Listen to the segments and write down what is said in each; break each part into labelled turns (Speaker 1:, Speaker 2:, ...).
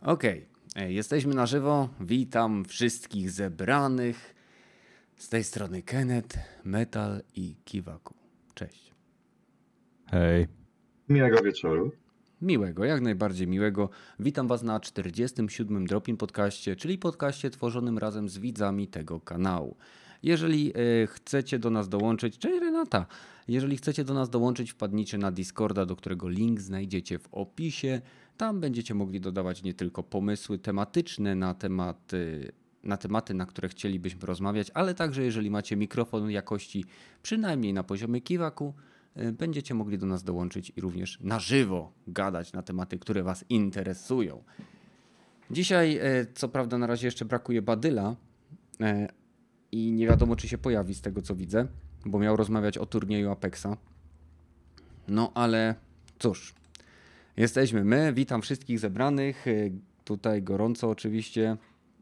Speaker 1: Okej, jesteśmy na żywo. Witam wszystkich zebranych. Z tej strony Kenneth, Metal i Kiwaku. Cześć.
Speaker 2: Hej.
Speaker 3: Miłego wieczoru.
Speaker 1: Miłego, jak najbardziej miłego. Witam Was na 47. Dropin Podcaście, czyli podcaście tworzonym razem z widzami tego kanału. Jeżeli chcecie do nas dołączyć, cześć Renata, jeżeli chcecie do nas dołączyć, wpadnijcie na Discorda, do którego link znajdziecie w opisie. Tam będziecie mogli dodawać nie tylko pomysły tematyczne na tematy, na które chcielibyśmy rozmawiać, ale także jeżeli macie mikrofon jakości przynajmniej na poziomie Kiwaku, będziecie mogli do nas dołączyć i również na żywo gadać na tematy, które Was interesują. Dzisiaj, co prawda, na razie jeszcze brakuje Badyla i nie wiadomo, czy się pojawi z tego, co widzę, bo miał rozmawiać o turnieju Apexa. No ale cóż, jesteśmy my. Witam wszystkich zebranych. Tutaj gorąco oczywiście.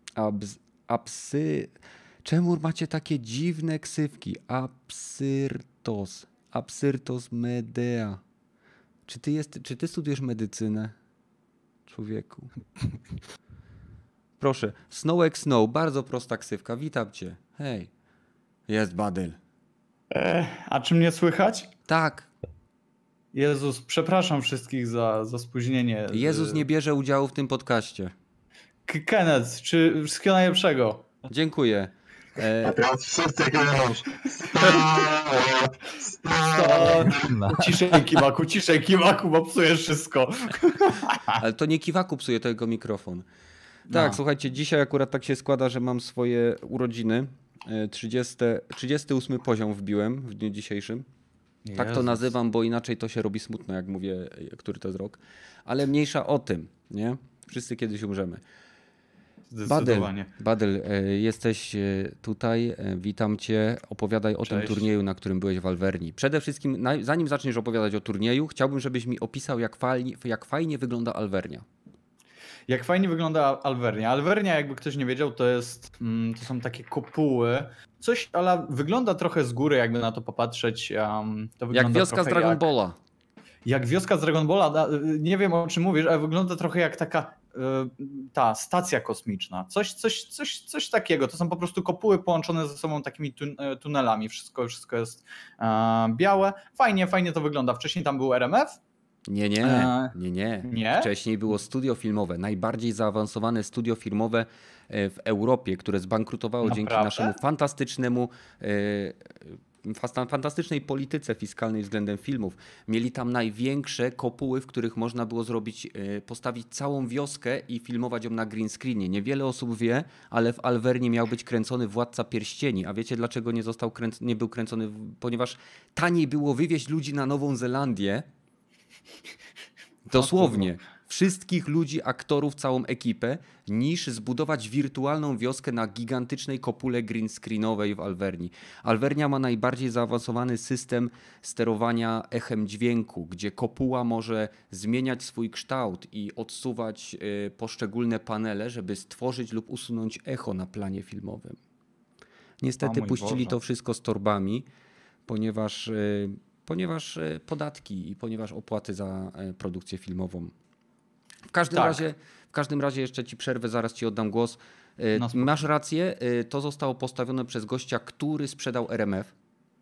Speaker 1: Czemu macie takie dziwne ksywki? Absyrtos Medea. Czy ty studiujesz medycynę? Człowieku. Proszę. Snowek Snow. Bardzo prosta ksywka. Witam cię. Hej. Jest Badyl.
Speaker 2: A czy mnie słychać?
Speaker 1: Tak.
Speaker 2: Jezus, przepraszam wszystkich za spóźnienie.
Speaker 1: Jezus nie bierze udziału w tym podcaście.
Speaker 2: Kenneth, czy wszystkiego najlepszego?
Speaker 1: Dziękuję.
Speaker 3: A teraz wszyscy już.
Speaker 2: Ciszej Kiwaku, bo psujesz wszystko.
Speaker 1: Ale to nie Kiwaku psuje, to jego mikrofon. Tak, słuchajcie, dzisiaj akurat tak się składa, że mam swoje urodziny. 38 poziom wbiłem w dniu dzisiejszym. Tak to
Speaker 2: Jezus.
Speaker 1: nazywam, bo inaczej to się robi smutno, jak mówię, który to jest rok. Ale mniejsza o tym, nie? Wszyscy kiedyś umrzemy.
Speaker 2: Zdecydowanie.
Speaker 1: Badyl, jesteś tutaj, witam cię. Opowiadaj o tym turnieju, na którym byłeś w Alverni. Przede wszystkim, zanim zaczniesz opowiadać o turnieju, chciałbym, żebyś mi opisał, jak fajnie wygląda Alvernia.
Speaker 2: Jak fajnie wygląda Alvernia. Alvernia, jakby ktoś nie wiedział, to są takie kopuły. Coś, ale wygląda trochę z góry, jakby na to popatrzeć. To wygląda
Speaker 1: Jak wioska z Dragon Balla.
Speaker 2: Jak wioska z Dragon Balla, nie wiem o czym mówisz, ale wygląda trochę jak taka ta stacja kosmiczna. Coś takiego. To są po prostu kopuły połączone ze sobą takimi tunelami. Wszystko jest białe. Fajnie to wygląda. Wcześniej tam był RMF.
Speaker 1: Nie. Wcześniej było studio filmowe. Najbardziej zaawansowane studio filmowe w Europie, które zbankrutowało
Speaker 2: Naprawdę?
Speaker 1: dzięki naszemu fantastycznej polityce fiskalnej względem filmów. Mieli tam największe kopuły, w których można było postawić całą wioskę i filmować ją na green screenie. Niewiele osób wie, ale w Alvernie miał być kręcony Władca Pierścieni. A wiecie, dlaczego nie był kręcony? Ponieważ taniej było wywieźć ludzi na Nową Zelandię. Dosłownie. Wszystkich ludzi, aktorów, całą ekipę, niż zbudować wirtualną wioskę na gigantycznej kopule green screenowej w Alverni. Alvernia ma najbardziej zaawansowany system sterowania echem dźwięku, gdzie kopuła może zmieniać swój kształt i odsuwać poszczególne panele, żeby stworzyć lub usunąć echo na planie filmowym. Niestety puścili to wszystko z torbami, ponieważ podatki i ponieważ opłaty za produkcję filmową. W każdym razie jeszcze ci przerwę, zaraz ci oddam głos. Masz rację, to zostało postawione przez gościa, który sprzedał RMF.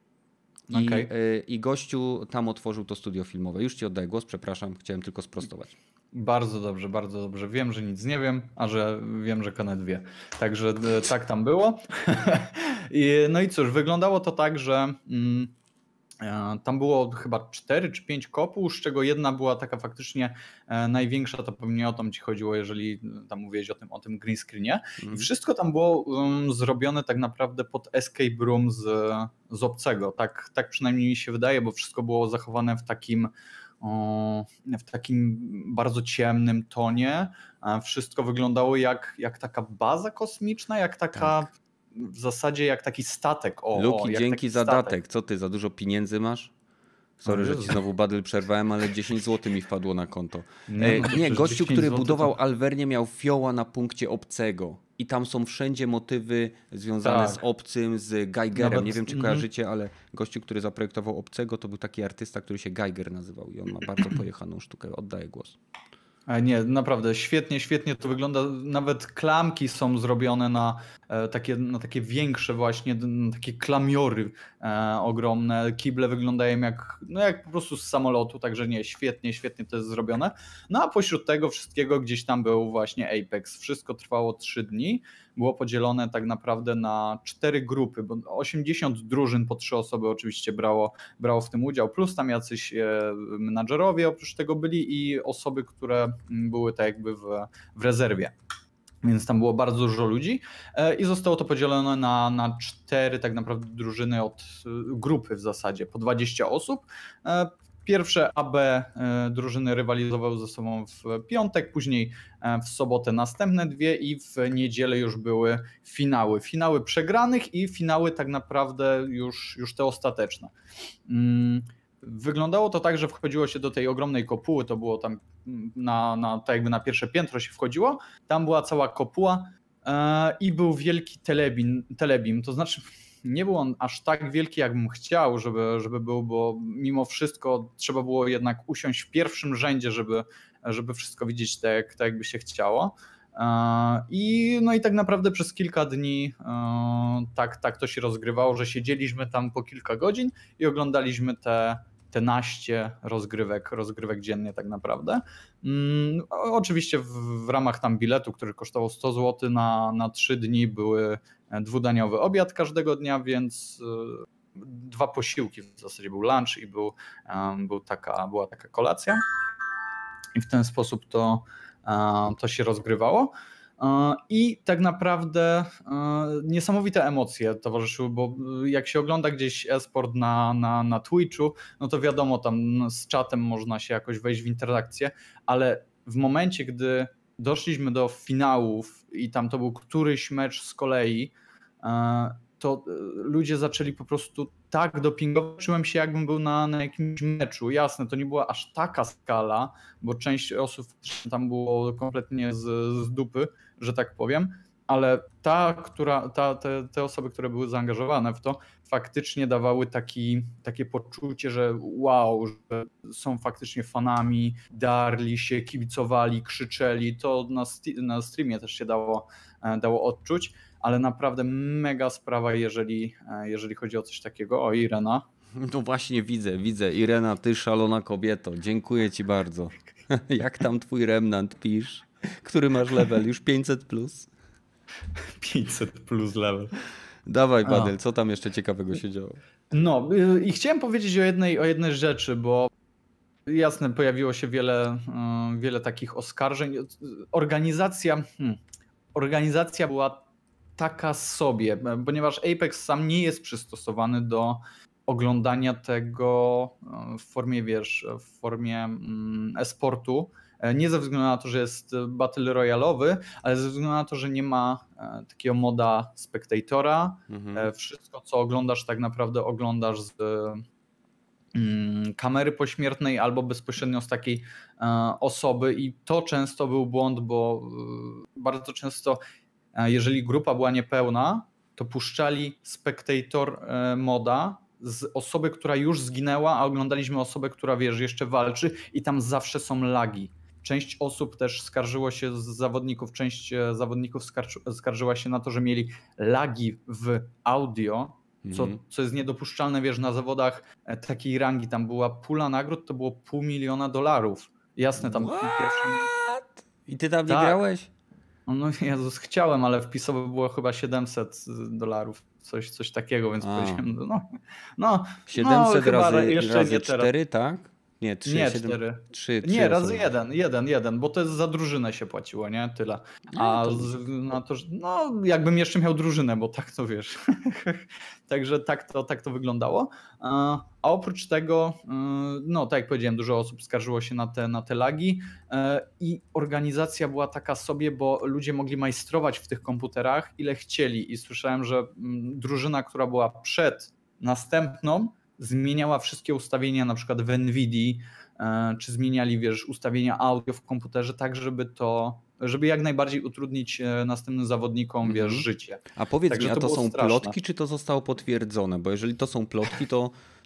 Speaker 1: I gościu tam otworzył to studio filmowe. Już ci oddaję głos, przepraszam, chciałem tylko sprostować.
Speaker 2: Bardzo dobrze. Wiem, że nic nie wiem, a że wiem, że Kenneth wie. Także tak tam było. No i cóż, wyglądało to tak, że tam było chyba 4 czy 5 kopuł, z czego jedna była taka faktycznie największa, to pewnie o to ci chodziło, jeżeli tam mówiłeś o tym green screenie. I wszystko tam było zrobione tak naprawdę pod escape room z obcego. Tak przynajmniej mi się wydaje, bo wszystko było zachowane w takim bardzo ciemnym tonie. Wszystko wyglądało jak taka baza kosmiczna, jak taka... Tak. W zasadzie jak taki statek.
Speaker 1: Luki, dzięki za datek. Co ty, za dużo pieniędzy masz? Sorry, że ci znowu Badyl przerwałem, ale 10 zł mi wpadło na konto. Nie, gościu, który budował Alvernię, miał fioła na punkcie obcego. I tam są wszędzie motywy związane z obcym, z Geigerem. Nie wiem, czy kojarzycie, ale gościu, który zaprojektował obcego, to był taki artysta, który się Geiger nazywał. I on ma bardzo pojechaną sztukę. Oddaję głos.
Speaker 2: Nie, naprawdę świetnie, świetnie to wygląda. Nawet klamki są zrobione na takie większe właśnie, na takie klamiory ogromne. Kible wyglądają jak po prostu z samolotu, także nie, świetnie, świetnie to jest zrobione. No a pośród tego wszystkiego gdzieś tam był właśnie Apex. Wszystko trwało 3 dni. Było podzielone tak naprawdę na 4 grupy, bo 80 drużyn po 3 osoby oczywiście brało w tym udział, plus tam jacyś menadżerowie oprócz tego byli i osoby, które były tak jakby w rezerwie. Więc tam było bardzo dużo ludzi i zostało to podzielone na 4 tak naprawdę drużyny od grupy w zasadzie, po 20 osób. Pierwsze AB drużyny rywalizowały ze sobą w piątek, później w sobotę następne 2 i w niedzielę już były finały. Finały przegranych i finały tak naprawdę już te ostateczne. Wyglądało to tak, że wchodziło się do tej ogromnej kopuły, to było tam tak jakby na pierwsze piętro się wchodziło, tam była cała kopuła i był wielki telebim, to znaczy nie był on aż tak wielki, jakbym chciał, żeby był, bo mimo wszystko trzeba było jednak usiąść w pierwszym rzędzie, żeby wszystko widzieć tak jakby się chciało. I tak naprawdę przez kilka dni tak to się rozgrywało, że siedzieliśmy tam po kilka godzin i oglądaliśmy te naście rozgrywek dziennie tak naprawdę. Oczywiście w ramach tam biletu, który kosztował 100 zł na 3 dni były dwudaniowy obiad każdego dnia, więc 2 posiłki, w zasadzie był lunch i była taka kolacja i w ten sposób to się rozgrywało. I tak naprawdę niesamowite emocje towarzyszyły, bo jak się ogląda gdzieś e-sport na Twitchu, no to wiadomo, tam z czatem można się jakoś wejść w interakcję, ale w momencie, gdy doszliśmy do finałów i tam to był któryś mecz z kolei, to ludzie zaczęli po prostu tak dopingować, czułem się jakbym był na jakimś meczu. Jasne, to nie była aż taka skala, bo część osób tam było kompletnie z dupy, że tak powiem, ale te osoby, które były zaangażowane w to, faktycznie dawały takie poczucie, że wow, że są faktycznie fanami, darli się, kibicowali, krzyczeli. To na streamie też się dało odczuć, ale naprawdę mega sprawa, jeżeli chodzi o coś takiego. O, Irena.
Speaker 1: No właśnie widzę. Irena, ty szalona kobieto. Dziękuję ci bardzo. Jak tam twój Remnant, pisz? Który masz level? Już 500 plus?
Speaker 2: 500 plus level.
Speaker 1: Dawaj, Badel, co tam jeszcze ciekawego się działo?
Speaker 2: No i chciałem powiedzieć o jednej rzeczy, bo jasne, pojawiło się wiele takich oskarżeń. Organizacja była taka sobie, ponieważ Apex sam nie jest przystosowany do oglądania tego w formie e-sportu. Nie ze względu na to, że jest battle royalowy, ale ze względu na to, że nie ma takiego moda spectatora. Wszystko, co oglądasz, tak naprawdę oglądasz z kamery pośmiertnej albo bezpośrednio z takiej osoby i to często był błąd, bo bardzo często jeżeli grupa była niepełna, to puszczali spectator moda z osoby, która już zginęła, a oglądaliśmy osobę, która jeszcze walczy i tam zawsze są lagi. Część osób też skarżyło się część zawodników skarżyła się na to, że mieli lagi w audio, co jest niedopuszczalne, na zawodach takiej rangi. Tam była pula nagród, to było $500,000. Jasne, tam
Speaker 1: What? I ty tam nie
Speaker 2: Tak.
Speaker 1: grałeś?
Speaker 2: No Jezus, chciałem, ale wpisowe było chyba $700. Coś takiego, więc powiedziałem,
Speaker 1: 700
Speaker 2: chyba jeszcze
Speaker 1: razy
Speaker 2: nie
Speaker 1: 4, tak? Nie, 3,
Speaker 2: nie
Speaker 1: 7,
Speaker 2: 4.
Speaker 1: 3,
Speaker 2: Nie, razy jeden, bo to jest za drużynę się płaciło, nie? Tyle. A na to, że jakbym jeszcze miał drużynę, bo tak to wiesz. Także tak to wyglądało. A oprócz tego, tak jak powiedziałem, dużo osób skarżyło się na te lagi i organizacja była taka sobie, bo ludzie mogli majstrować w tych komputerach ile chcieli i słyszałem, że drużyna, która była przed następną, zmieniała wszystkie ustawienia, na przykład w Nvidii, czy zmieniali, ustawienia audio w komputerze, tak żeby jak najbardziej utrudnić następnym zawodnikom, życie.
Speaker 1: A powiedz
Speaker 2: Także
Speaker 1: mi, a to są
Speaker 2: straszne.
Speaker 1: plotki, czy to zostało potwierdzone? Bo jeżeli to są plotki, to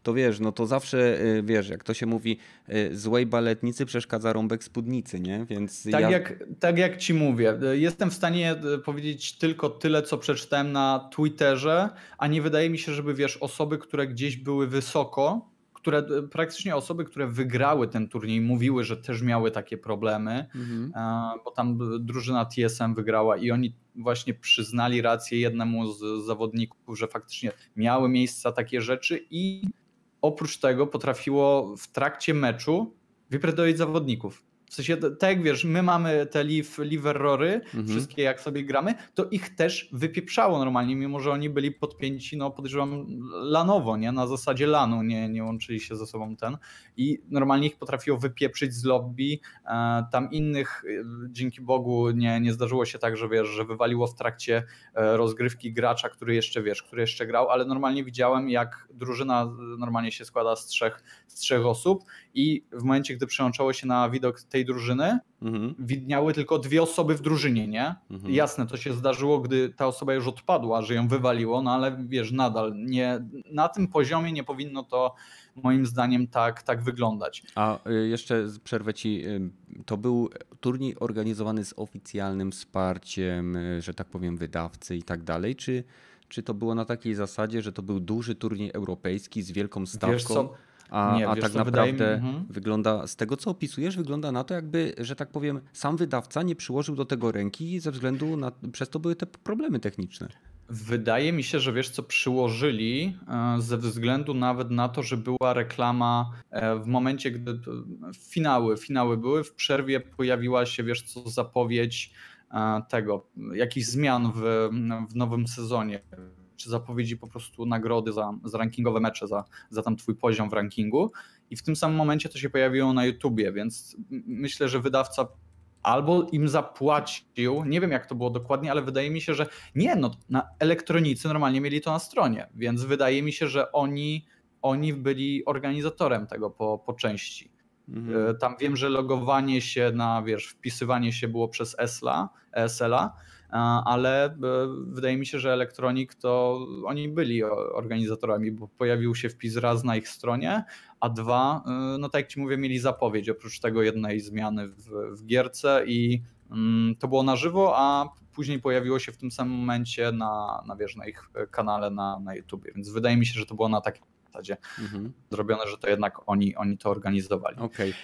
Speaker 1: to wiesz, no to zawsze, wiesz, jak to się mówi, złej baletnicy przeszkadza rąbek spódnicy, nie? Więc
Speaker 2: tak jak ci mówię, jestem w stanie powiedzieć tylko tyle, co przeczytałem na Twitterze, a nie wydaje mi się, żeby wiesz, osoby, które gdzieś były wysoko, praktycznie osoby, które wygrały ten turniej, mówiły, że też miały takie problemy, bo tam drużyna TSM wygrała i oni właśnie przyznali rację jednemu z zawodników, że faktycznie miały miejsca takie rzeczy i oprócz tego potrafiło w trakcie meczu wypierdolić zawodników. W sensie, tak jak wiesz, my mamy te live errory, wszystkie jak sobie gramy, to ich też wypieprzało normalnie, mimo że oni byli podpięci, no podejrzewam, lanowo, nie? Na zasadzie lanu, nie łączyli się ze sobą i normalnie ich potrafiło wypieprzyć z lobby, tam innych dzięki Bogu nie zdarzyło się tak, że wiesz, że wywaliło w trakcie rozgrywki gracza, który jeszcze grał, ale normalnie widziałem, jak drużyna normalnie się składa z trzech osób i w momencie, gdy przełączało się na widok tej drużyny, widniały tylko 2 osoby w drużynie, nie? Jasne, to się zdarzyło, gdy ta osoba już odpadła, że ją wywaliło, no ale wiesz, nadal nie, na tym poziomie nie powinno to moim zdaniem tak wyglądać.
Speaker 1: A jeszcze przerwę ci, to był turniej organizowany z oficjalnym wsparciem, że tak powiem, wydawcy i tak dalej, czy to było na takiej zasadzie, że to był duży turniej europejski z wielką stawką?
Speaker 2: Wiesz co?
Speaker 1: A tak naprawdę wygląda, z tego co opisujesz, wygląda na to, jakby, że tak powiem, sam wydawca nie przyłożył do tego ręki ze względu na, przez to były te problemy techniczne.
Speaker 2: Wydaje mi się, że wiesz co, przyłożyli ze względu nawet na to, że była reklama w momencie, gdy finały były, w przerwie pojawiła się, wiesz co, zapowiedź tego, jakichś zmian w nowym sezonie, czy zapowiedzi po prostu nagrody za rankingowe mecze, za tam twój poziom w rankingu i w tym samym momencie to się pojawiło na YouTubie, więc myślę, że wydawca albo im zapłacił, nie wiem jak to było dokładnie, ale wydaje mi się, że nie, no na elektronicy normalnie mieli to na stronie, więc wydaje mi się, że oni byli organizatorem tego po części. Tam wiem, że logowanie się wpisywanie się było przez ESL-a, ale wydaje mi się, że Electronic to oni byli organizatorami, bo pojawił się wpis raz na ich stronie, a 2, no tak jak ci mówię, mieli zapowiedź oprócz tego jednej zmiany w gierce i to było na żywo, a później pojawiło się w tym samym momencie na ich kanale na YouTubie, więc wydaje mi się, że to było na takiej zasadzie zrobione, że to jednak oni to organizowali.
Speaker 1: Okej.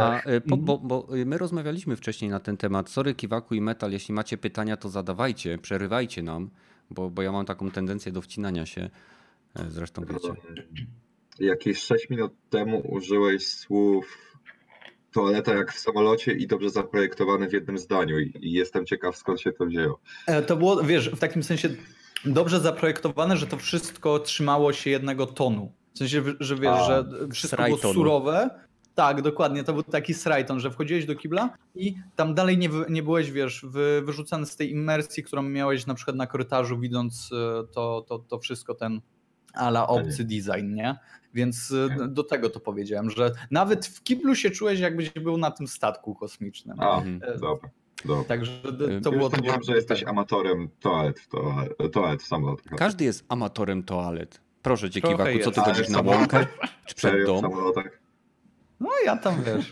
Speaker 1: Bo my rozmawialiśmy wcześniej na ten temat. Sorry, Kiwaku i Metal, jeśli macie pytania, to zadawajcie, przerywajcie nam, bo ja mam taką tendencję do wcinania się. Zresztą wiecie.
Speaker 3: Jakieś 6 minut temu użyłeś słów toaleta jak w samolocie i dobrze zaprojektowane w jednym zdaniu i jestem ciekaw, skąd się to wzięło.
Speaker 2: To było, wiesz, w takim sensie dobrze zaprojektowane, że to wszystko trzymało się jednego tonu. W sensie, że wiesz, że wszystko było surowe. Tak, dokładnie, to był taki srajton, że wchodziłeś do kibla i tam dalej nie byłeś, wiesz, wyrzucany z tej imersji, którą miałeś na przykład na korytarzu, widząc to wszystko, ten ala obcy design, nie? Więc do tego to powiedziałem, że nawet w kiblu się czułeś, jakbyś był na tym statku kosmicznym.
Speaker 3: Dobra.
Speaker 2: Także to było...
Speaker 3: Wiem, że jesteś amatorem toalet w samolotach.
Speaker 1: Każdy jest amatorem toalet. Proszę cię, Kiwaku, co ty chodzisz na łąkę? Czy przed dom?
Speaker 2: No ja tam, wiesz.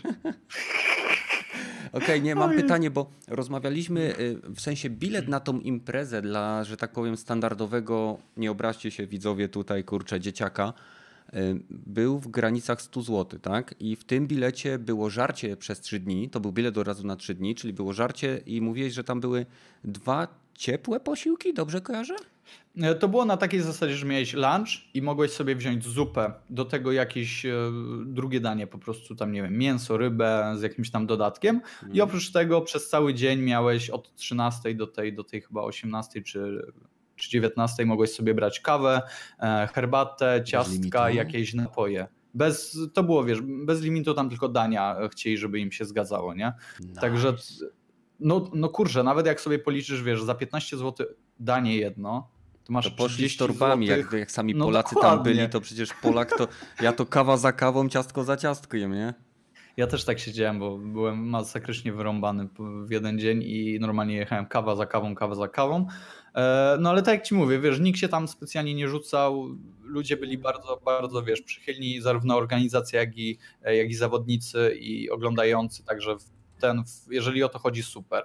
Speaker 1: Okej, nie, mam pytanie, bo rozmawialiśmy, w sensie bilet na tą imprezę dla, że tak powiem, standardowego, nie obraźcie się widzowie tutaj, kurczę, dzieciaka, był w granicach 100 zł, tak? I w tym bilecie było żarcie przez 3 dni, to był bilet od razu na 3 dni, czyli było żarcie i mówiłeś, że tam były 2 ciepłe posiłki, dobrze kojarzę?
Speaker 2: To było na takiej zasadzie, że miałeś lunch i mogłeś sobie wziąć zupę, do tego jakieś drugie danie, po prostu tam, nie wiem, mięso, rybę z jakimś tam dodatkiem i oprócz tego przez cały dzień miałeś od 13 do tej chyba 18 czy 19 mogłeś sobie brać kawę, herbatę, ciastka i jakieś napoje. To było, wiesz, bez limitu, tam tylko dania chcieli, żeby im się zgadzało, nie? Nice. Także no kurczę, nawet jak sobie policzysz, wiesz, za 15 zł danie jedno, to masz
Speaker 1: to poszli z torbami, jak sami Polacy dokładnie. Tam byli, to przecież Polak to, ja to kawa za kawą, ciastko za ciastkiem, nie?
Speaker 2: Ja też tak siedziałem, bo byłem masakrycznie wyrąbany w jeden dzień i normalnie jechałem kawa za kawą, kawa za kawą. No ale tak jak ci mówię, wiesz, nikt się tam specjalnie nie rzucał, ludzie byli bardzo, bardzo, wiesz, przychylni, zarówno organizacja, jak i zawodnicy i oglądający, także jeżeli o to chodzi, super.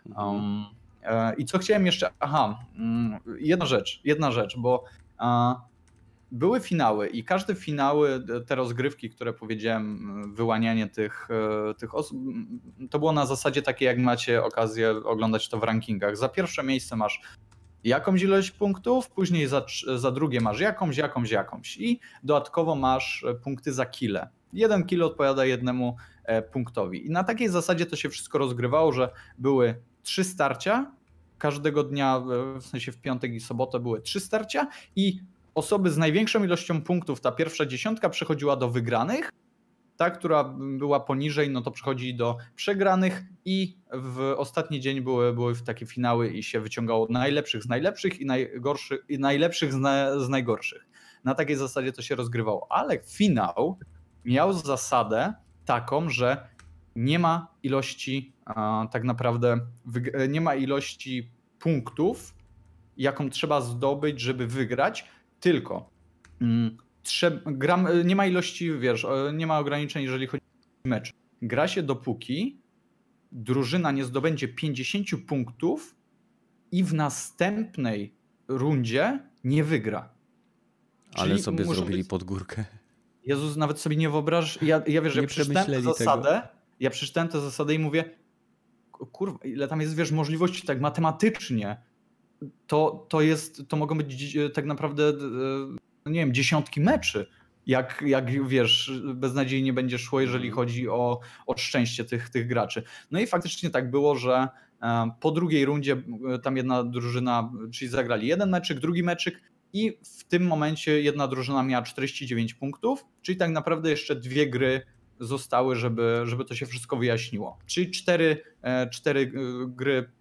Speaker 2: I co chciałem jeszcze, jedna rzecz, bo były finały i każde finały, te rozgrywki, które powiedziałem, wyłanianie tych osób, to było na zasadzie takiej, jak macie okazję oglądać to w rankingach. Za pierwsze miejsce masz jakąś ilość punktów, później za drugie masz jakąś i dodatkowo masz punkty za kile. 1 kill odpowiada 1 punktowi. I na takiej zasadzie to się wszystko rozgrywało, że były 3 starcia, każdego dnia, w sensie w piątek i sobotę były 3 starcia i osoby z największą ilością punktów, ta pierwsza dziesiątka przechodziła do wygranych, ta, która była poniżej, no to przechodzi do przegranych i w ostatni dzień były takie finały i się wyciągało najlepszych z najlepszych i najlepszych z najgorszych. Na takiej zasadzie to się rozgrywało, ale finał miał zasadę taką, że nie ma ilości tak naprawdę, nie ma ilości punktów, jaką trzeba zdobyć, żeby wygrać, tylko nie ma ilości, wiesz, nie ma ograniczeń, jeżeli chodzi o mecz. Gra się dopóki drużyna nie zdobędzie 50 punktów i w następnej rundzie nie wygra.
Speaker 1: Ale
Speaker 2: Czyli
Speaker 1: sobie zrobili pod górkę.
Speaker 2: Jezus, nawet sobie nie wyobrażasz. Ja wiesz,
Speaker 1: Nie
Speaker 2: ja przeczytałem tę
Speaker 1: przemyśleli
Speaker 2: zasadę, ja przeczytałem tę zasadę i mówię, kurwa, ile tam jest, wiesz, możliwości tak matematycznie. To mogą być tak naprawdę, nie wiem, dziesiątki meczy. Jak wiesz, beznadziejnie będzie szło, jeżeli chodzi o szczęście tych graczy. No i faktycznie tak było, że po drugiej rundzie tam jedna drużyna, czyli zagrali jeden meczyk, drugi meczyk i w tym momencie jedna drużyna miała 49 punktów, czyli tak naprawdę jeszcze 2 gry zostały, żeby to się wszystko wyjaśniło. Czyli 4 gry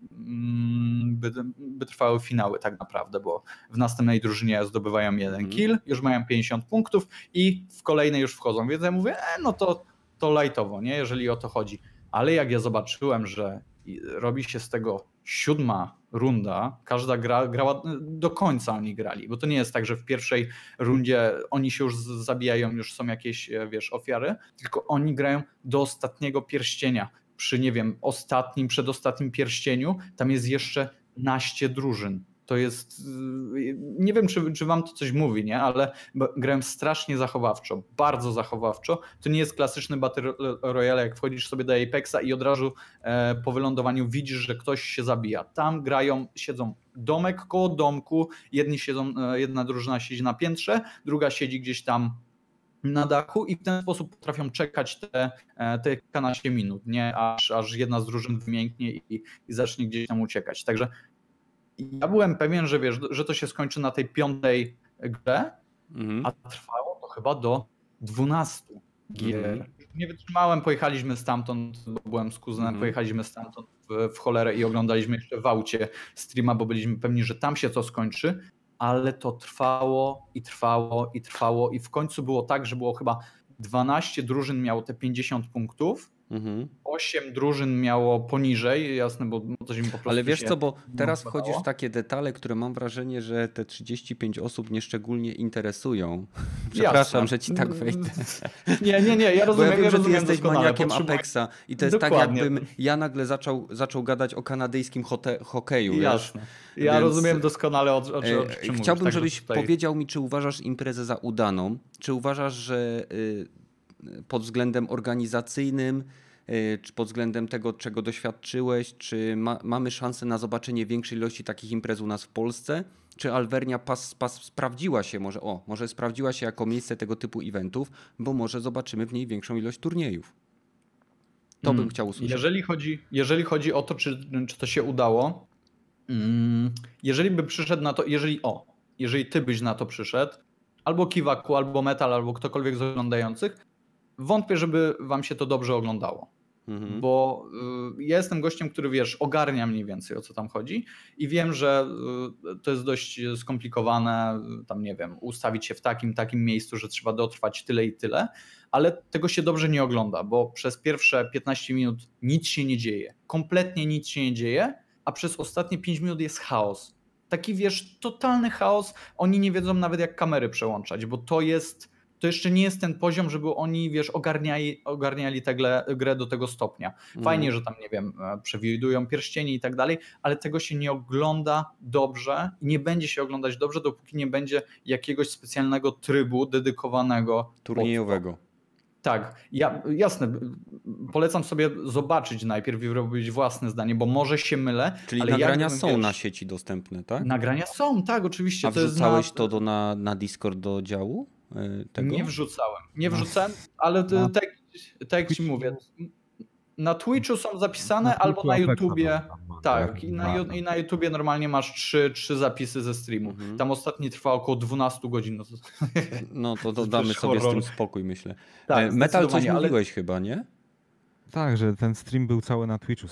Speaker 2: by trwały finały tak naprawdę, bo w następnej drużynie zdobywają 1 kill, już mają 50 punktów i w kolejnej już wchodzą. Więc ja mówię, no to lightowo, nie, jeżeli o to chodzi. Ale jak ja zobaczyłem, że robi się z tego 7. runda, każda grała do końca, oni grali, bo to nie jest tak, że w pierwszej rundzie oni się już zabijają, już są jakieś, wiesz, ofiary, tylko oni grają do ostatniego pierścienia. Przy, nie wiem, przedostatnim pierścieniu tam jest jeszcze 12 drużyn. To jest, nie wiem, czy wam to coś mówi, nie? Ale grałem strasznie zachowawczo, bardzo zachowawczo. To nie jest klasyczny Battle Royale, jak wchodzisz sobie do Apexa i od razu po wylądowaniu widzisz, że ktoś się zabija. Tam grają, siedzą domek koło domku, jedna drużyna siedzi na piętrze, druga siedzi gdzieś tam na dachu i w ten sposób potrafią czekać te kilkanaście minut, nie? Aż jedna z drużyn wymięknie i zacznie gdzieś tam uciekać. Także ja byłem pewien, że wiesz, że to się skończy na tej 5. grze, a trwało to chyba do 12 gier. Nie wytrzymałem, pojechaliśmy stamtąd, bo byłem z kuzynem, pojechaliśmy stamtąd w cholerę i oglądaliśmy jeszcze w aucie streama, bo byliśmy pewni, że tam się to skończy, ale to trwało i w końcu było tak, że było chyba 12 drużyn miało te 50 punktów, 8 drużyn miało poniżej, jasne, bo coś im po prostu.
Speaker 1: Ale wiesz co, bo teraz wchodzisz w takie detale, które mam wrażenie, że te 35 osób nieszczególnie interesują. Przepraszam, że ci tak wejdę.
Speaker 2: Nie, ja rozumiem.
Speaker 1: Bo ja wiem, że ty
Speaker 2: rozumiem
Speaker 1: jesteś maniakiem Apexa i to jest
Speaker 2: Dokładnie.
Speaker 1: tak, jakbym ja nagle zaczął gadać o kanadyjskim hokeju.
Speaker 2: Jasne. Ja
Speaker 1: Więc
Speaker 2: rozumiem doskonale, o czym
Speaker 1: chciałbym,
Speaker 2: mówisz,
Speaker 1: żebyś
Speaker 2: tutaj
Speaker 1: powiedział mi, czy uważasz imprezę za udaną, czy uważasz, że pod względem organizacyjnym, czy pod względem tego, czego doświadczyłeś, czy mamy szansę na zobaczenie większej ilości takich imprez u nas w Polsce? Czy Alvernia Pass sprawdziła się, może sprawdziła się jako miejsce tego typu eventów, bo może zobaczymy w niej większą ilość turniejów? To bym chciał usłyszeć.
Speaker 2: Jeżeli chodzi o to, czy to się udało, jeżeli by przyszedł na to, jeżeli ty byś na to przyszedł, albo Kiwaku, albo Metal, albo ktokolwiek z oglądających, wątpię, żeby wam się to dobrze oglądało. bo ja jestem gościem, który wiesz, ogarnia mniej więcej o co tam chodzi i wiem, że to jest dość skomplikowane, tam nie wiem, ustawić się w takim miejscu, że trzeba dotrwać tyle i tyle, ale tego się dobrze nie ogląda, bo przez pierwsze 15 minut nic się nie dzieje, kompletnie nic się nie dzieje, a przez ostatnie 5 minut jest chaos. Taki wiesz, totalny chaos, oni nie wiedzą nawet jak kamery przełączać, bo to jeszcze nie jest ten poziom, żeby oni, wiesz, ogarniali tę grę do tego stopnia. Fajnie, że tam, nie wiem, przewidują pierścienie i tak dalej, ale tego się nie ogląda dobrze i nie będzie się oglądać dobrze, dopóki nie będzie jakiegoś specjalnego trybu dedykowanego
Speaker 1: turniejowego.
Speaker 2: Tak, jasne, polecam sobie zobaczyć najpierw i robić własne zdanie, bo może się mylę.
Speaker 1: Czyli
Speaker 2: ale
Speaker 1: nagrania są na sieci dostępne, tak?
Speaker 2: Nagrania są, tak, oczywiście.
Speaker 1: A wrzucałeś to na Discord do działu tego?
Speaker 2: Nie wrzucałem, ale tak jak ci mówię, na Twitchu są zapisane albo na YouTubie. Tak, i na YouTubie normalnie masz trzy zapisy ze streamu. Tam ostatni trwa około 12 godzin.
Speaker 1: No to damy sobie z tym spokój, myślę.
Speaker 2: Tak,
Speaker 1: Metal coś mówiłeś chyba, nie?
Speaker 4: Tak, że ten stream był cały na Twitchu,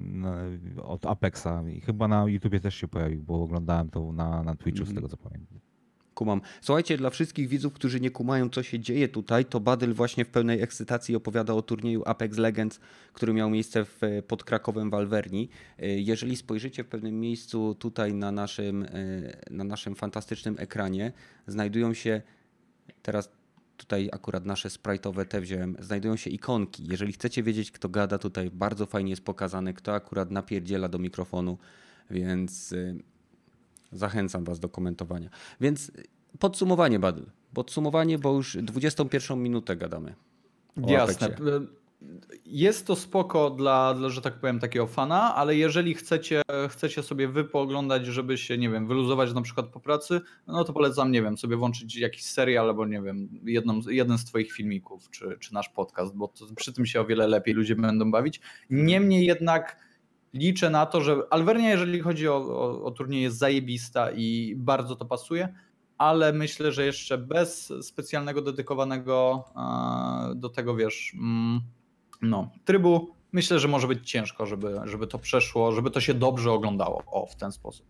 Speaker 4: od Apexa i chyba na YouTubie też się pojawił, bo oglądałem to na Twitchu z tego co pamiętam.
Speaker 1: Kumam. Słuchajcie, dla wszystkich widzów, którzy nie kumają, co się dzieje tutaj, to Badyl właśnie w pełnej ekscytacji opowiada o turnieju Apex Legends, który miał miejsce pod Krakowem w Alverni. Jeżeli spojrzycie w pewnym miejscu tutaj na naszym fantastycznym ekranie, znajdują się, teraz tutaj akurat nasze sprite'owe te wziąłem, znajdują się ikonki. Jeżeli chcecie wiedzieć, kto gada, tutaj bardzo fajnie jest pokazane, kto akurat napierdziela do mikrofonu, więc zachęcam was do komentowania. Więc podsumowanie, Badyl. Podsumowanie, bo już 21 minutę gadamy.
Speaker 2: Jasne. Jest to spoko dla, że tak powiem, takiego fana, ale jeżeli chcecie sobie pooglądać, żeby się, nie wiem, wyluzować na przykład po pracy, no to polecam, nie wiem, sobie włączyć jakiś serial albo, nie wiem, jeden z twoich filmików, czy nasz podcast, bo przy tym się o wiele lepiej ludzie będą bawić. Niemniej jednak liczę na to, że Alvernia, jeżeli chodzi o turniej, jest zajebista i bardzo to pasuje, ale myślę, że jeszcze bez specjalnego dedykowanego do tego, wiesz, trybu, myślę, że może być ciężko, żeby to przeszło, żeby to się dobrze oglądało, w ten sposób.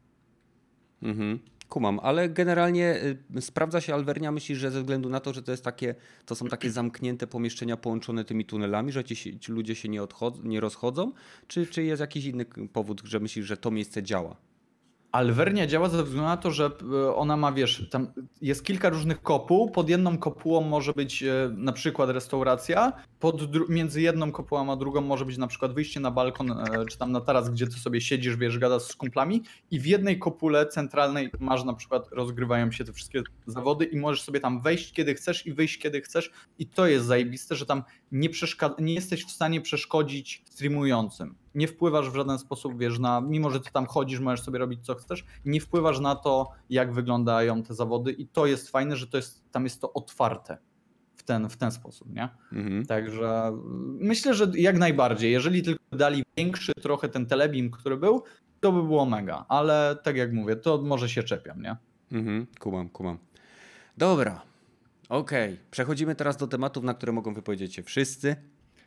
Speaker 1: Kumam, ale generalnie sprawdza się Alvernia, myślisz, że ze względu na to, że to są takie zamknięte pomieszczenia połączone tymi tunelami, że ci ludzie się nie rozchodzą, czy jest jakiś inny powód, że myślisz, że to miejsce działa?
Speaker 2: Alvernia działa ze względu na to, że ona ma, wiesz, tam jest kilka różnych kopuł. Pod jedną kopułą może być na przykład restauracja, między jedną kopułą a drugą może być na przykład wyjście na balkon, czy tam na taras, gdzie ty sobie siedzisz, wiesz, gadasz z kumplami i w jednej kopule centralnej masz na przykład, rozgrywają się te wszystkie zawody i możesz sobie tam wejść kiedy chcesz i wyjść kiedy chcesz i to jest zajebiste, że tam nie jesteś w stanie przeszkodzić streamującym. Nie wpływasz w żaden sposób, wiesz, mimo że ty tam chodzisz, możesz sobie robić co chcesz, nie wpływasz na to, jak wyglądają te zawody i to jest fajne, że tam jest to otwarte w ten sposób, nie? Także myślę, że jak najbardziej, jeżeli tylko dali większy trochę ten telebim, który był, to by było mega, ale tak jak mówię, to może się czepiam, nie?
Speaker 1: Kumam. Dobra, okej. Przechodzimy teraz do tematów, na które mogą wypowiedzieć się wszyscy.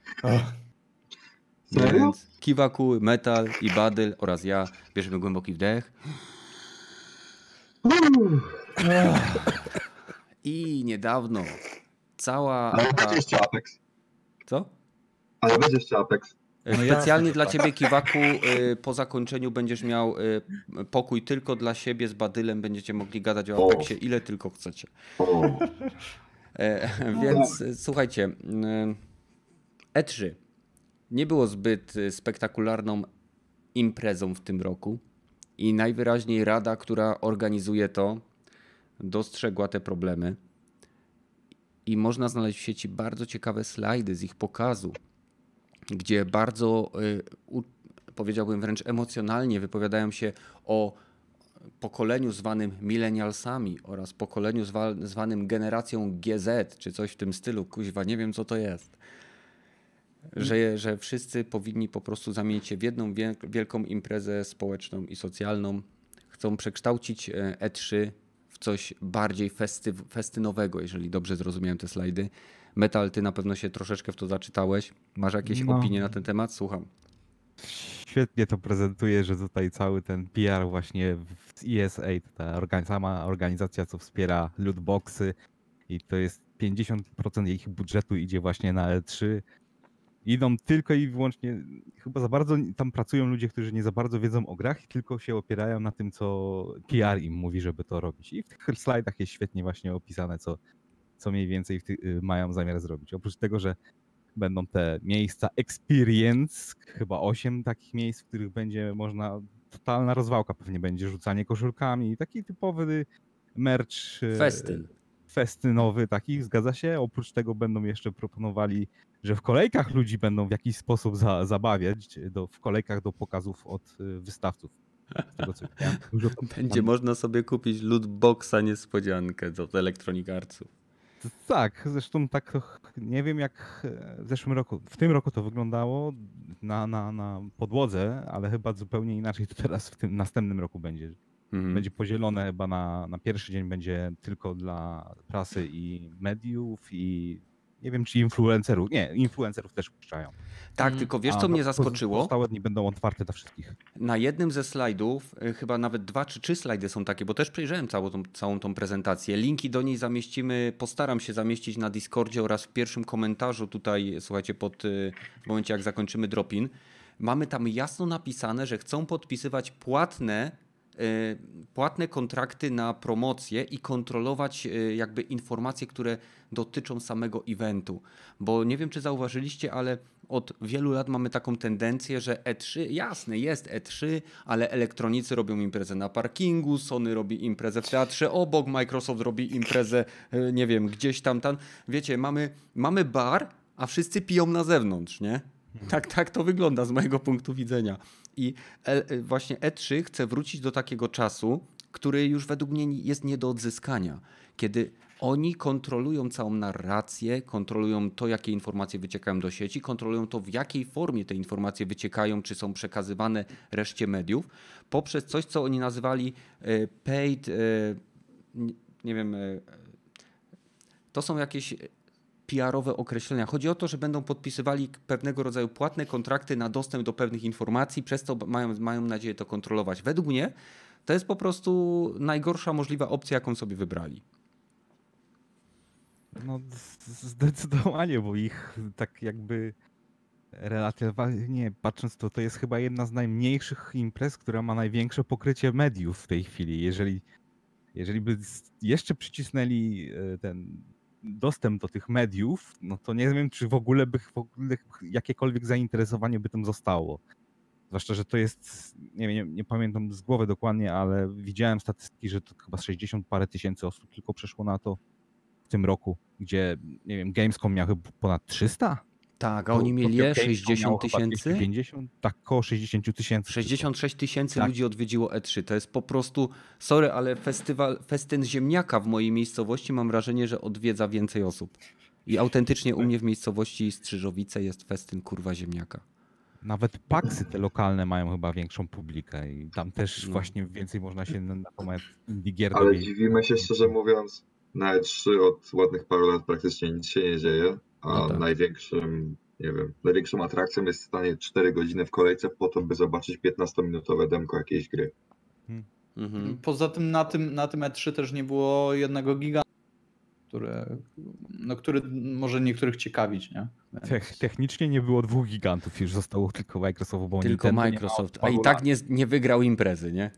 Speaker 1: Więc Kiwaku, Metal i Badyl oraz ja bierzemy głęboki wdech. I niedawno cała...
Speaker 3: Ale będzie jeszcze Apex.
Speaker 1: Co?
Speaker 3: Ale będzie jeszcze Apex.
Speaker 1: Specjalnie dla ciebie, Kiwaku, po zakończeniu będziesz miał pokój tylko dla siebie z Badylem. Będziecie mogli gadać o Apexie ile tylko chcecie. Więc słuchajcie, E3 nie było zbyt spektakularną imprezą w tym roku i najwyraźniej rada, która organizuje to, dostrzegła te problemy i można znaleźć w sieci bardzo ciekawe slajdy z ich pokazu, gdzie bardzo, powiedziałbym wręcz emocjonalnie wypowiadają się o pokoleniu zwanym millennialsami oraz pokoleniu zwanym generacją GZ, czy coś w tym stylu. Kuźwa, nie wiem co to jest. Że wszyscy powinni po prostu zamienić się w jedną wielką imprezę społeczną i socjalną. Chcą przekształcić E3 w coś bardziej festynowego, jeżeli dobrze zrozumiałem te slajdy. Metal, ty na pewno się troszeczkę w to zaczytałeś. Masz jakieś opinie na ten temat? Słucham.
Speaker 4: Świetnie to prezentuje, że tutaj cały ten PR właśnie z ESA, sama organizacja, co wspiera lootboxy i to jest 50% ich budżetu idzie właśnie na E3. Idą tylko i wyłącznie, chyba za bardzo tam pracują ludzie, którzy nie za bardzo wiedzą o grach i tylko się opierają na tym, co PR im mówi, żeby to robić. I w tych slajdach jest świetnie właśnie opisane, co mniej więcej mają zamiar zrobić. Oprócz tego, że będą te miejsca experience, chyba 8 takich miejsc, w których będzie można, totalna rozwałka pewnie będzie, rzucanie koszulkami, taki typowy merch festynowy taki, zgadza się? Oprócz tego będą jeszcze proponowali, że w kolejkach ludzi będą w jakiś sposób zabawiać, w kolejkach do pokazów od wystawców. Z tego, co widziałem.
Speaker 1: Będzie można sobie kupić lootboxa niespodziankę od Electronic Artsów.
Speaker 4: Tak, zresztą tak nie wiem jak w zeszłym roku, w tym roku to wyglądało na podłodze, ale chyba zupełnie inaczej to teraz w tym następnym roku będzie. Będzie podzielone chyba na pierwszy dzień będzie tylko dla prasy i mediów i nie wiem czy influencerów. Nie, influencerów też puszczają.
Speaker 1: Tak, tylko wiesz co mnie zaskoczyło?
Speaker 4: Pozostałe dni będą otwarte dla wszystkich.
Speaker 1: Na jednym ze slajdów, chyba nawet 2 czy 3 slajdy są takie, bo też przejrzałem całą tą prezentację. Linki do niej zamieścimy, postaram się zamieścić na Discordzie oraz w pierwszym komentarzu tutaj, słuchajcie, w momencie jak zakończymy drop-in. Mamy tam jasno napisane, że chcą podpisywać płatne kontrakty na promocję i kontrolować jakby informacje, które dotyczą samego eventu. Bo nie wiem, czy zauważyliście, ale od wielu lat mamy taką tendencję, że E3, jasne, jest E3, ale elektronicy robią imprezę na parkingu, Sony robi imprezę w teatrze obok, Microsoft robi imprezę, nie wiem, gdzieś tam. Wiecie, mamy bar, a wszyscy piją na zewnątrz, nie? Tak to wygląda z mojego punktu widzenia. I właśnie E3 chce wrócić do takiego czasu, który już według mnie jest nie do odzyskania. Kiedy oni kontrolują całą narrację, kontrolują to, jakie informacje wyciekają do sieci, kontrolują to, w jakiej formie te informacje wyciekają, czy są przekazywane reszcie mediów, poprzez coś, co oni nazywali paid, nie wiem, to są jakieś PR-owe określenia. Chodzi o to, że będą podpisywali pewnego rodzaju płatne kontrakty na dostęp do pewnych informacji, przez to mają nadzieję to kontrolować. Według mnie to jest po prostu najgorsza możliwa opcja, jaką sobie wybrali.
Speaker 4: No zdecydowanie, bo ich tak jakby relatywnie patrząc to jest chyba jedna z najmniejszych imprez, która ma największe pokrycie mediów w tej chwili. Jeżeli by jeszcze przycisnęli ten dostęp do tych mediów, no to nie wiem, czy w ogóle jakiekolwiek zainteresowanie by tym zostało. Zwłaszcza, że to jest, nie pamiętam z głowy dokładnie, ale widziałem statystyki, że to chyba 60 parę tysięcy osób tylko przeszło na to w tym roku, gdzie, nie wiem, Gamescom miał chyba ponad 300?
Speaker 1: Tak, a oni mieli 60 tysięcy?
Speaker 4: 50? Tak, około 60 tysięcy.
Speaker 1: 66 tysięcy ludzi odwiedziło E3. To jest po prostu, sorry, ale festyn ziemniaka w mojej miejscowości mam wrażenie, że odwiedza więcej osób. I autentycznie u mnie w miejscowości Strzyżowice jest festyn kurwa ziemniaka.
Speaker 4: Nawet PAX-y te lokalne mają chyba większą publikę i tam też właśnie więcej można się na temat indie gier
Speaker 3: Ale
Speaker 4: dowiedzieć.
Speaker 3: dziwimy się szczerze mówiąc, na E3 od ładnych paru lat praktycznie nic się nie dzieje, a największą atrakcją jest stanie 4 godziny w kolejce po to, by zobaczyć 15-minutowe demko jakiejś gry.
Speaker 2: Poza tym na tym E3 też nie było jednego giganta, który może niektórych ciekawić, nie?
Speaker 4: Technicznie nie było 2 gigantów, już zostało tylko Microsoft, bo
Speaker 1: tylko
Speaker 4: Nintendo
Speaker 1: Microsoft, a i tak nie wygrał imprezy, nie?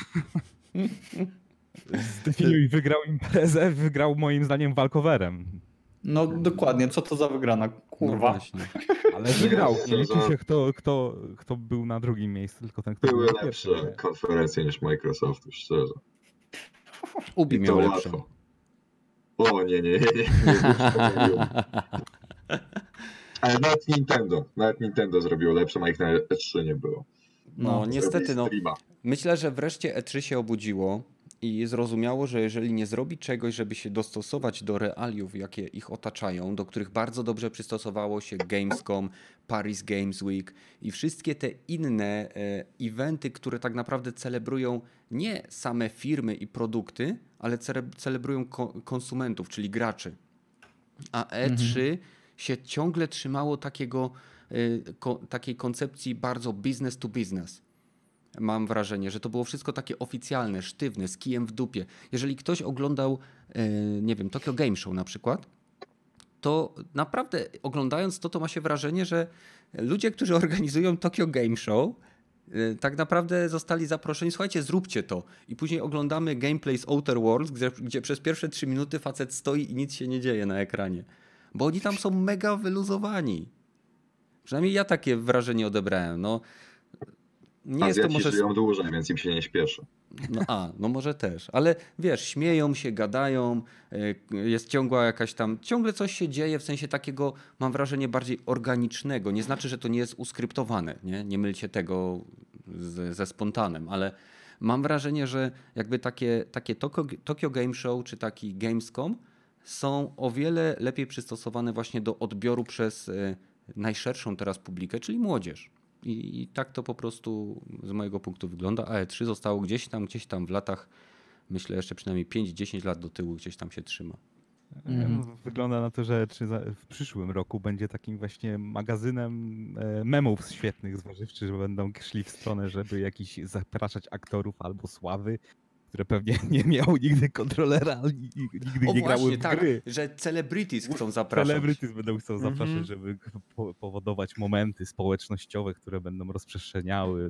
Speaker 4: Zdefiniuj, wygrał imprezę, wygrał moim zdaniem walkowerem.
Speaker 2: No dokładnie, co to za wygrana, kurwa.
Speaker 1: No właśnie.
Speaker 4: Ale wygrał, nie liczy się kto był na drugim miejscu, tylko ten, kto
Speaker 3: Były
Speaker 4: był na
Speaker 3: lepsze
Speaker 4: pierwszym.
Speaker 3: konferencje niż Microsoft, już szczerze.
Speaker 1: Ubi
Speaker 3: I to
Speaker 1: miał lepszą.
Speaker 3: łatwo. O nie. Ale nawet Nintendo zrobiło lepsze, a ich na E3 nie było.
Speaker 1: No niestety,
Speaker 3: Streama.
Speaker 1: myślę, że wreszcie E3 się obudziło i zrozumiało, że jeżeli nie zrobi czegoś, żeby się dostosować do realiów, jakie ich otaczają, do których bardzo dobrze przystosowało się Gamescom, Paris Games Week i wszystkie te inne eventy, które tak naprawdę celebrują nie same firmy i produkty, ale celebrują konsumentów, czyli graczy. A E3 się ciągle trzymało takiej koncepcji bardzo business to business. Mam wrażenie, że to było wszystko takie oficjalne, sztywne, z kijem w dupie. Jeżeli ktoś oglądał, nie wiem, Tokyo Game Show na przykład, to naprawdę oglądając to ma się wrażenie, że ludzie, którzy organizują Tokyo Game Show, tak naprawdę zostali zaproszeni, słuchajcie, zróbcie to. I później oglądamy gameplay z Outer Worlds, gdzie przez pierwsze 3 minuty facet stoi i nic się nie dzieje na ekranie. Bo oni tam są mega wyluzowani. Przynajmniej ja takie wrażenie odebrałem. No, nie jest to może...
Speaker 3: żyją dłużej, więc im się nie śpieszy.
Speaker 1: No może też, ale wiesz, śmieją się, gadają, jest ciągle coś się dzieje, w sensie takiego, mam wrażenie, bardziej organicznego. Nie znaczy, że to nie jest uskryptowane, nie mylcie tego ze spontanem, ale mam wrażenie, że jakby takie Tokyo Game Show czy taki Gamescom są o wiele lepiej przystosowane właśnie do odbioru przez najszerszą teraz publikę, czyli młodzież. I tak to po prostu z mojego punktu wygląda. A E3 zostało gdzieś tam w latach, myślę jeszcze przynajmniej 5-10 lat do tyłu gdzieś tam się trzyma.
Speaker 4: Wygląda na to, że w przyszłym roku będzie takim właśnie magazynem memów świetnych, zważywszy, że będą szli w stronę, żeby jakiś zapraszać aktorów albo sławy, które pewnie nie miały nigdy kontrolera, nigdy nie grały w gry.
Speaker 1: Że celebrities chcą zapraszać.
Speaker 4: Celebrities będą chcą zapraszać, żeby powodować momenty społecznościowe, które będą rozprzestrzeniały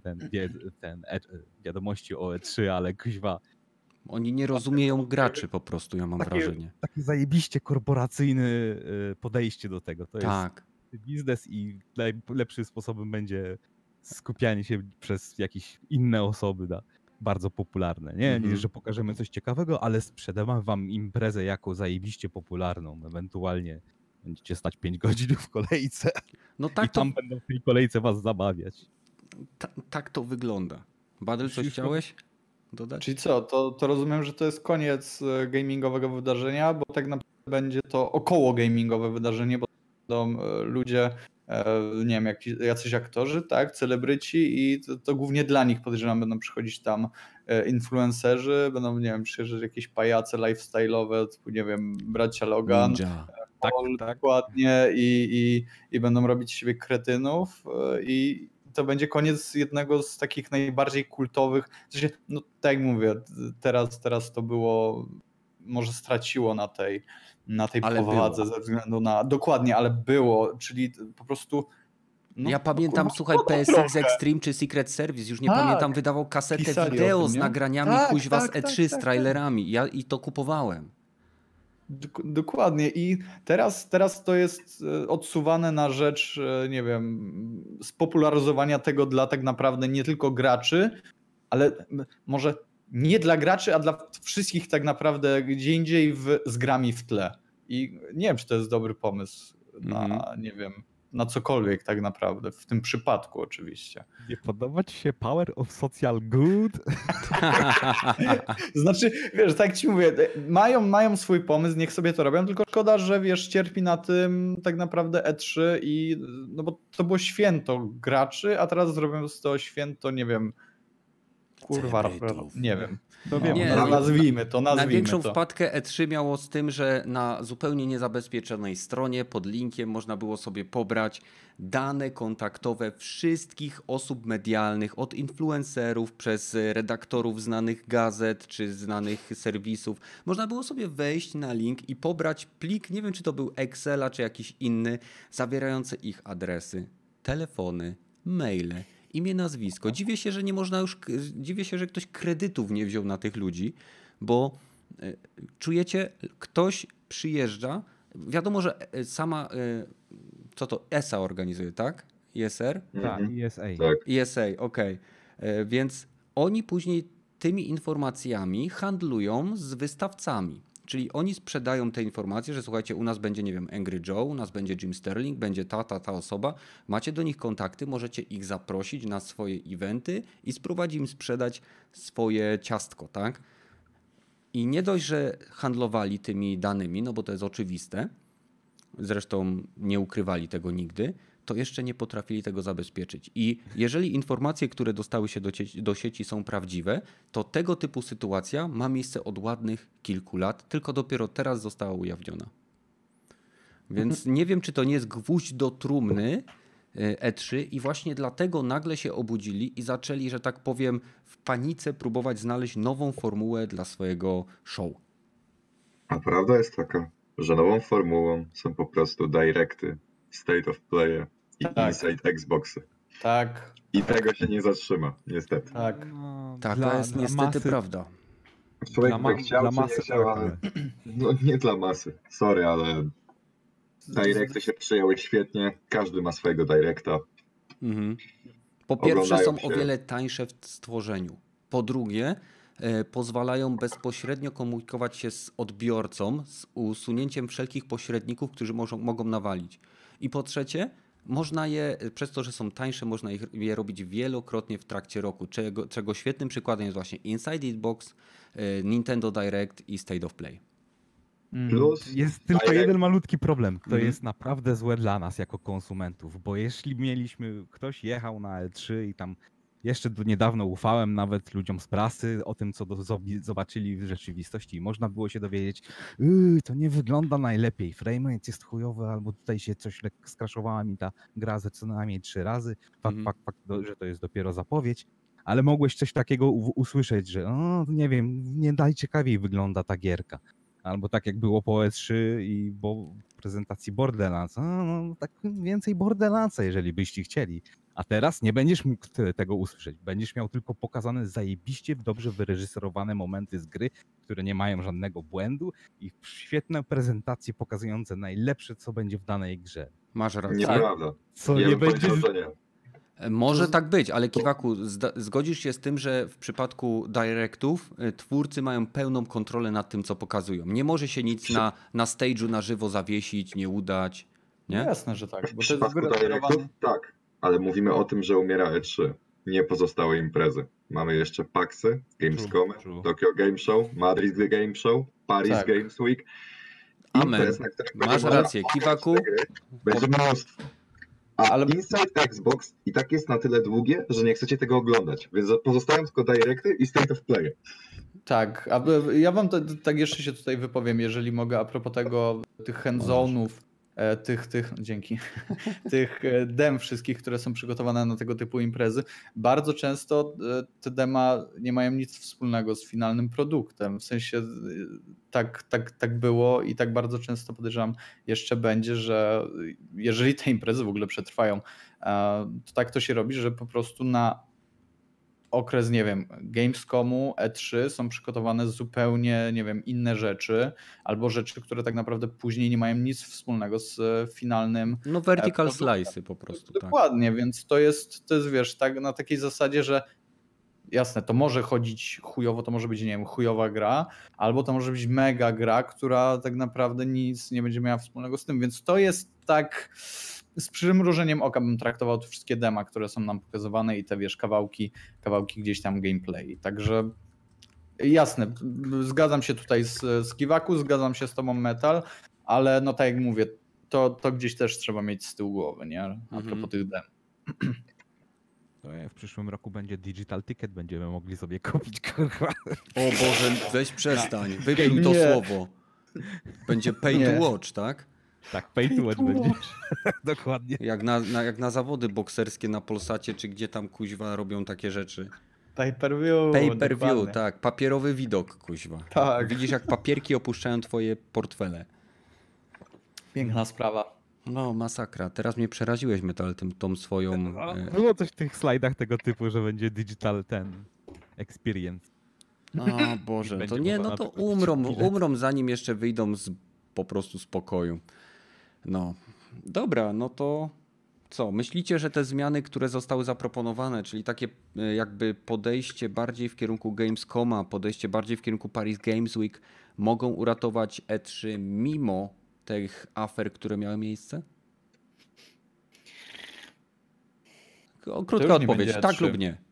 Speaker 4: wiadomości o E3, ale kuźwa.
Speaker 1: Oni nie rozumieją graczy po prostu, ja mam wrażenie.
Speaker 4: Takie zajebiście korporacyjne podejście do tego. To jest biznes i najlepszym sposobem będzie skupianie się przez jakieś inne osoby bardzo popularne. Nie, że pokażemy coś ciekawego, ale sprzedamy wam imprezę jako zajebiście popularną. Ewentualnie będziecie stać 5 godzin w kolejce i tam będą w tej kolejce was zabawiać.
Speaker 1: Tak to wygląda. Badel, coś chciałeś dodać?
Speaker 2: Czyli co, to rozumiem, że to jest koniec gamingowego wydarzenia, bo tak naprawdę będzie to około gamingowe wydarzenie, bo będą ludzie, nie wiem, jacyś aktorzy, tak, celebryci i to głównie dla nich podejrzewam będą przychodzić tam influencerzy, będą, nie wiem, przyjeżdżać jakieś pajace lifestyle'owe, typu, nie wiem, bracia Logan,
Speaker 1: Ninja.
Speaker 2: Tak, dokładnie i będą robić z siebie kretynów i to będzie koniec jednego z takich najbardziej kultowych, w sensie, no tak jak mówię, teraz to było, może straciło na tej powadze ze względu na, dokładnie, ale było, czyli po prostu... No,
Speaker 1: ja pamiętam, słuchaj, PSX Extreme czy Secret Service, już nie pamiętam, wydawał kasetę wideo z nagraniami kuźwa z E3 z trailerami. Ja i to kupowałem.
Speaker 2: Dokładnie i teraz to jest odsuwane na rzecz, nie wiem, spopularyzowania tego dla tak naprawdę nie tylko graczy, ale może nie dla graczy, a dla wszystkich tak naprawdę gdzie indziej z grami w tle. I nie wiem, czy to jest dobry pomysł na, nie wiem, na cokolwiek tak naprawdę, w tym przypadku oczywiście.
Speaker 4: Nie podoba ci się Power of Social Good?
Speaker 2: Znaczy, wiesz, tak ci mówię, mają swój pomysł, niech sobie to robią, tylko szkoda, że wiesz, cierpi na tym tak naprawdę E3 i no bo to było święto graczy, a teraz zrobią z to święto, nie wiem, kurwa, nie wiem. No wiem, nazwijmy to.
Speaker 1: Największą wpadkę E3 miało z tym, że na zupełnie niezabezpieczonej stronie pod linkiem można było sobie pobrać dane kontaktowe wszystkich osób medialnych, od influencerów przez redaktorów znanych gazet czy znanych serwisów. Można było sobie wejść na link i pobrać plik, nie wiem czy to był Excela czy jakiś inny, zawierający ich adresy, telefony, maile, imię, nazwisko. Dziwię się, że ktoś kredytów nie wziął na tych ludzi, bo czujecie, ktoś przyjeżdża, wiadomo, że sama, co to, ESA organizuje, tak? ISR?
Speaker 4: Tak, ESA.
Speaker 3: Tak.
Speaker 1: ESA, okej. Więc oni później tymi informacjami handlują z wystawcami. Czyli oni sprzedają te informacje, że słuchajcie, u nas będzie, nie wiem, Angry Joe, u nas będzie Jim Sterling, będzie ta osoba. Macie do nich kontakty, możecie ich zaprosić na swoje eventy i spróbować im sprzedać swoje ciastko, tak? I nie dość, że handlowali tymi danymi, no bo to jest oczywiste, zresztą nie ukrywali tego nigdy, to jeszcze nie potrafili tego zabezpieczyć. I jeżeli informacje, które dostały się do sieci są prawdziwe, to tego typu sytuacja ma miejsce od ładnych kilku lat, tylko dopiero teraz została ujawniona. Więc nie wiem, czy to nie jest gwóźdź do trumny E3 i właśnie dlatego nagle się obudzili i zaczęli, że tak powiem, w panice próbować znaleźć nową formułę dla swojego show.
Speaker 3: A prawda jest taka, że nową formułą są po prostu directy, state of play i
Speaker 2: Tak.
Speaker 3: inside Xboxy.
Speaker 2: Tak,
Speaker 3: I tego się nie zatrzyma, niestety.
Speaker 2: tak.
Speaker 4: No,
Speaker 1: Taka jest niestety prawda.
Speaker 3: Człowiek
Speaker 4: Dla
Speaker 3: by chciał,
Speaker 4: dla
Speaker 3: czy
Speaker 4: masy
Speaker 3: nie chciał,
Speaker 4: tak,
Speaker 3: ale no nie dla masy. Sorry, ale directy się przyjęły świetnie. Każdy ma swojego directa.
Speaker 1: Mhm. Po pierwsze
Speaker 3: Oglądają
Speaker 1: są
Speaker 3: się.
Speaker 1: o wiele tańsze w stworzeniu. Po drugie pozwalają bezpośrednio komunikować się z odbiorcą z usunięciem wszelkich pośredników, którzy mogą nawalić. I po trzecie można je, przez to, że są tańsze, można je robić wielokrotnie w trakcie roku, czego świetnym przykładem jest właśnie Inside Xbox, Nintendo Direct i State of Play.
Speaker 3: Plus
Speaker 4: Jest tylko
Speaker 3: direct-
Speaker 4: jeden malutki problem. To
Speaker 1: Mhm.
Speaker 4: jest naprawdę złe dla nas jako konsumentów, bo jeśli ktoś jechał na E3 i tam jeszcze do niedawno ufałem nawet ludziom z prasy o tym, co zobaczyli w rzeczywistości i można było się dowiedzieć, to nie wygląda najlepiej, framerate jest chujowy, albo tutaj się coś skraszowała mi ta gra ze co najmniej 3 razy, fakt, że to jest dopiero zapowiedź. Ale mogłeś coś takiego usłyszeć, że nie wiem, nie najciekawiej wygląda ta gierka. Albo tak jak było po E3 i po prezentacji Borderlands. No, tak więcej Borderlandsa, jeżeli byście chcieli. A teraz nie będziesz mógł tego usłyszeć. Będziesz miał tylko pokazane zajebiście dobrze wyreżyserowane momenty z gry, które nie mają żadnego błędu i świetne prezentacje pokazujące najlepsze, co będzie w danej grze.
Speaker 1: Masz rację.
Speaker 3: Nieprawda.
Speaker 4: Co
Speaker 3: Ja
Speaker 4: nie
Speaker 3: bym
Speaker 4: będzie...
Speaker 3: powiedział, że nie.
Speaker 1: Może tak być, ale Kiwaku, zgodzisz się z tym, że w przypadku directów twórcy mają pełną kontrolę nad tym, co pokazują. Nie może się nic na stage'u na żywo zawiesić, nie udać. Nie?
Speaker 2: Jasne, że tak.
Speaker 3: W
Speaker 2: Bo to jest
Speaker 3: przypadku directów
Speaker 2: wyreżyserowane.
Speaker 3: tak, ale mówimy o tym, że umiera E3. Nie pozostałe imprezy. Mamy jeszcze PAXy, Gamescomy,
Speaker 4: True.
Speaker 3: Tokyo Game Show, Madrid Game Show, Paris
Speaker 2: Tak.
Speaker 3: Games Week.
Speaker 1: Amen.
Speaker 3: Imprez, na których
Speaker 1: Masz
Speaker 3: będzie
Speaker 1: rację,
Speaker 3: można
Speaker 1: Kiwaku.
Speaker 3: oglądać te gry, będzie mnóstwo. A
Speaker 2: Ale-
Speaker 3: Inside Xbox i tak jest na tyle długie, że nie chcecie tego oglądać. Więc pozostają tylko directy i state of play.
Speaker 2: Tak, ja wam tak jeszcze się tutaj wypowiem, jeżeli mogę, a propos tego, tych hands-onów, dzięki, tych dem wszystkich, które są przygotowane na tego typu imprezy. Bardzo często te dema nie mają nic wspólnego z finalnym produktem. W sensie tak było i tak bardzo często podejrzewam jeszcze będzie, że jeżeli te imprezy w ogóle przetrwają, to tak to się robi, że po prostu na okres, nie wiem, Gamescomu, E3 są przygotowane zupełnie, nie wiem, inne rzeczy, albo rzeczy, które tak naprawdę później nie mają nic wspólnego z finalnym.
Speaker 1: No vertical
Speaker 2: produktem.
Speaker 1: slice'y po prostu. Tak.
Speaker 2: Dokładnie, więc to jest wiesz, tak na takiej zasadzie, że jasne, to może chodzić chujowo, to może być, nie wiem, chujowa gra, albo to może być mega gra, która tak naprawdę nic nie będzie miała wspólnego z tym, więc to jest tak z przymrużeniem oka bym traktował te wszystkie dema, które są nam pokazywane i te, wiesz, kawałki gdzieś tam gameplay. Także jasne, zgadzam się tutaj z Kiwaku, zgadzam się z tobą Metal, ale no tak jak mówię, to gdzieś też trzeba mieć z tyłu głowy, nie? A propos tych dem.
Speaker 4: W przyszłym roku będzie digital ticket, będziemy mogli sobie kupić, kurwa.
Speaker 1: O Boże, weź przestań. Wypluj to
Speaker 2: Nie.
Speaker 1: słowo. Będzie pay
Speaker 2: Nie.
Speaker 1: to watch, tak?
Speaker 4: Tak, pay to watch będzie. Dokładnie.
Speaker 1: Jak na zawody bokserskie na Polsacie, czy gdzie tam kuźwa robią takie rzeczy.
Speaker 2: Pay per view.
Speaker 1: Pay per view,
Speaker 2: dokładnie.
Speaker 1: tak. Papierowy widok, kuźwa.
Speaker 2: Tak.
Speaker 1: Widzisz, jak papierki opuszczają twoje portfele.
Speaker 2: Piękna sprawa.
Speaker 1: No, masakra. Teraz mnie przeraziłeś, Metal, tą swoją...
Speaker 4: Było coś w tych slajdach tego typu, że będzie digital experience.
Speaker 1: O Boże,
Speaker 4: Będzie
Speaker 1: to nie,
Speaker 4: można
Speaker 1: no to
Speaker 4: to kupić bilet.
Speaker 1: umrą zanim jeszcze wyjdą po prostu z pokoju. No, dobra, no to co? Myślicie, że te zmiany, które zostały zaproponowane, czyli takie jakby podejście bardziej w kierunku Gamescoma, podejście bardziej w kierunku Paris Games Week, mogą uratować E3 mimo tych afer, które miały miejsce? Krótka
Speaker 2: już nie
Speaker 1: odpowiedź,
Speaker 2: będzie
Speaker 1: tak
Speaker 2: E3.
Speaker 1: lub nie.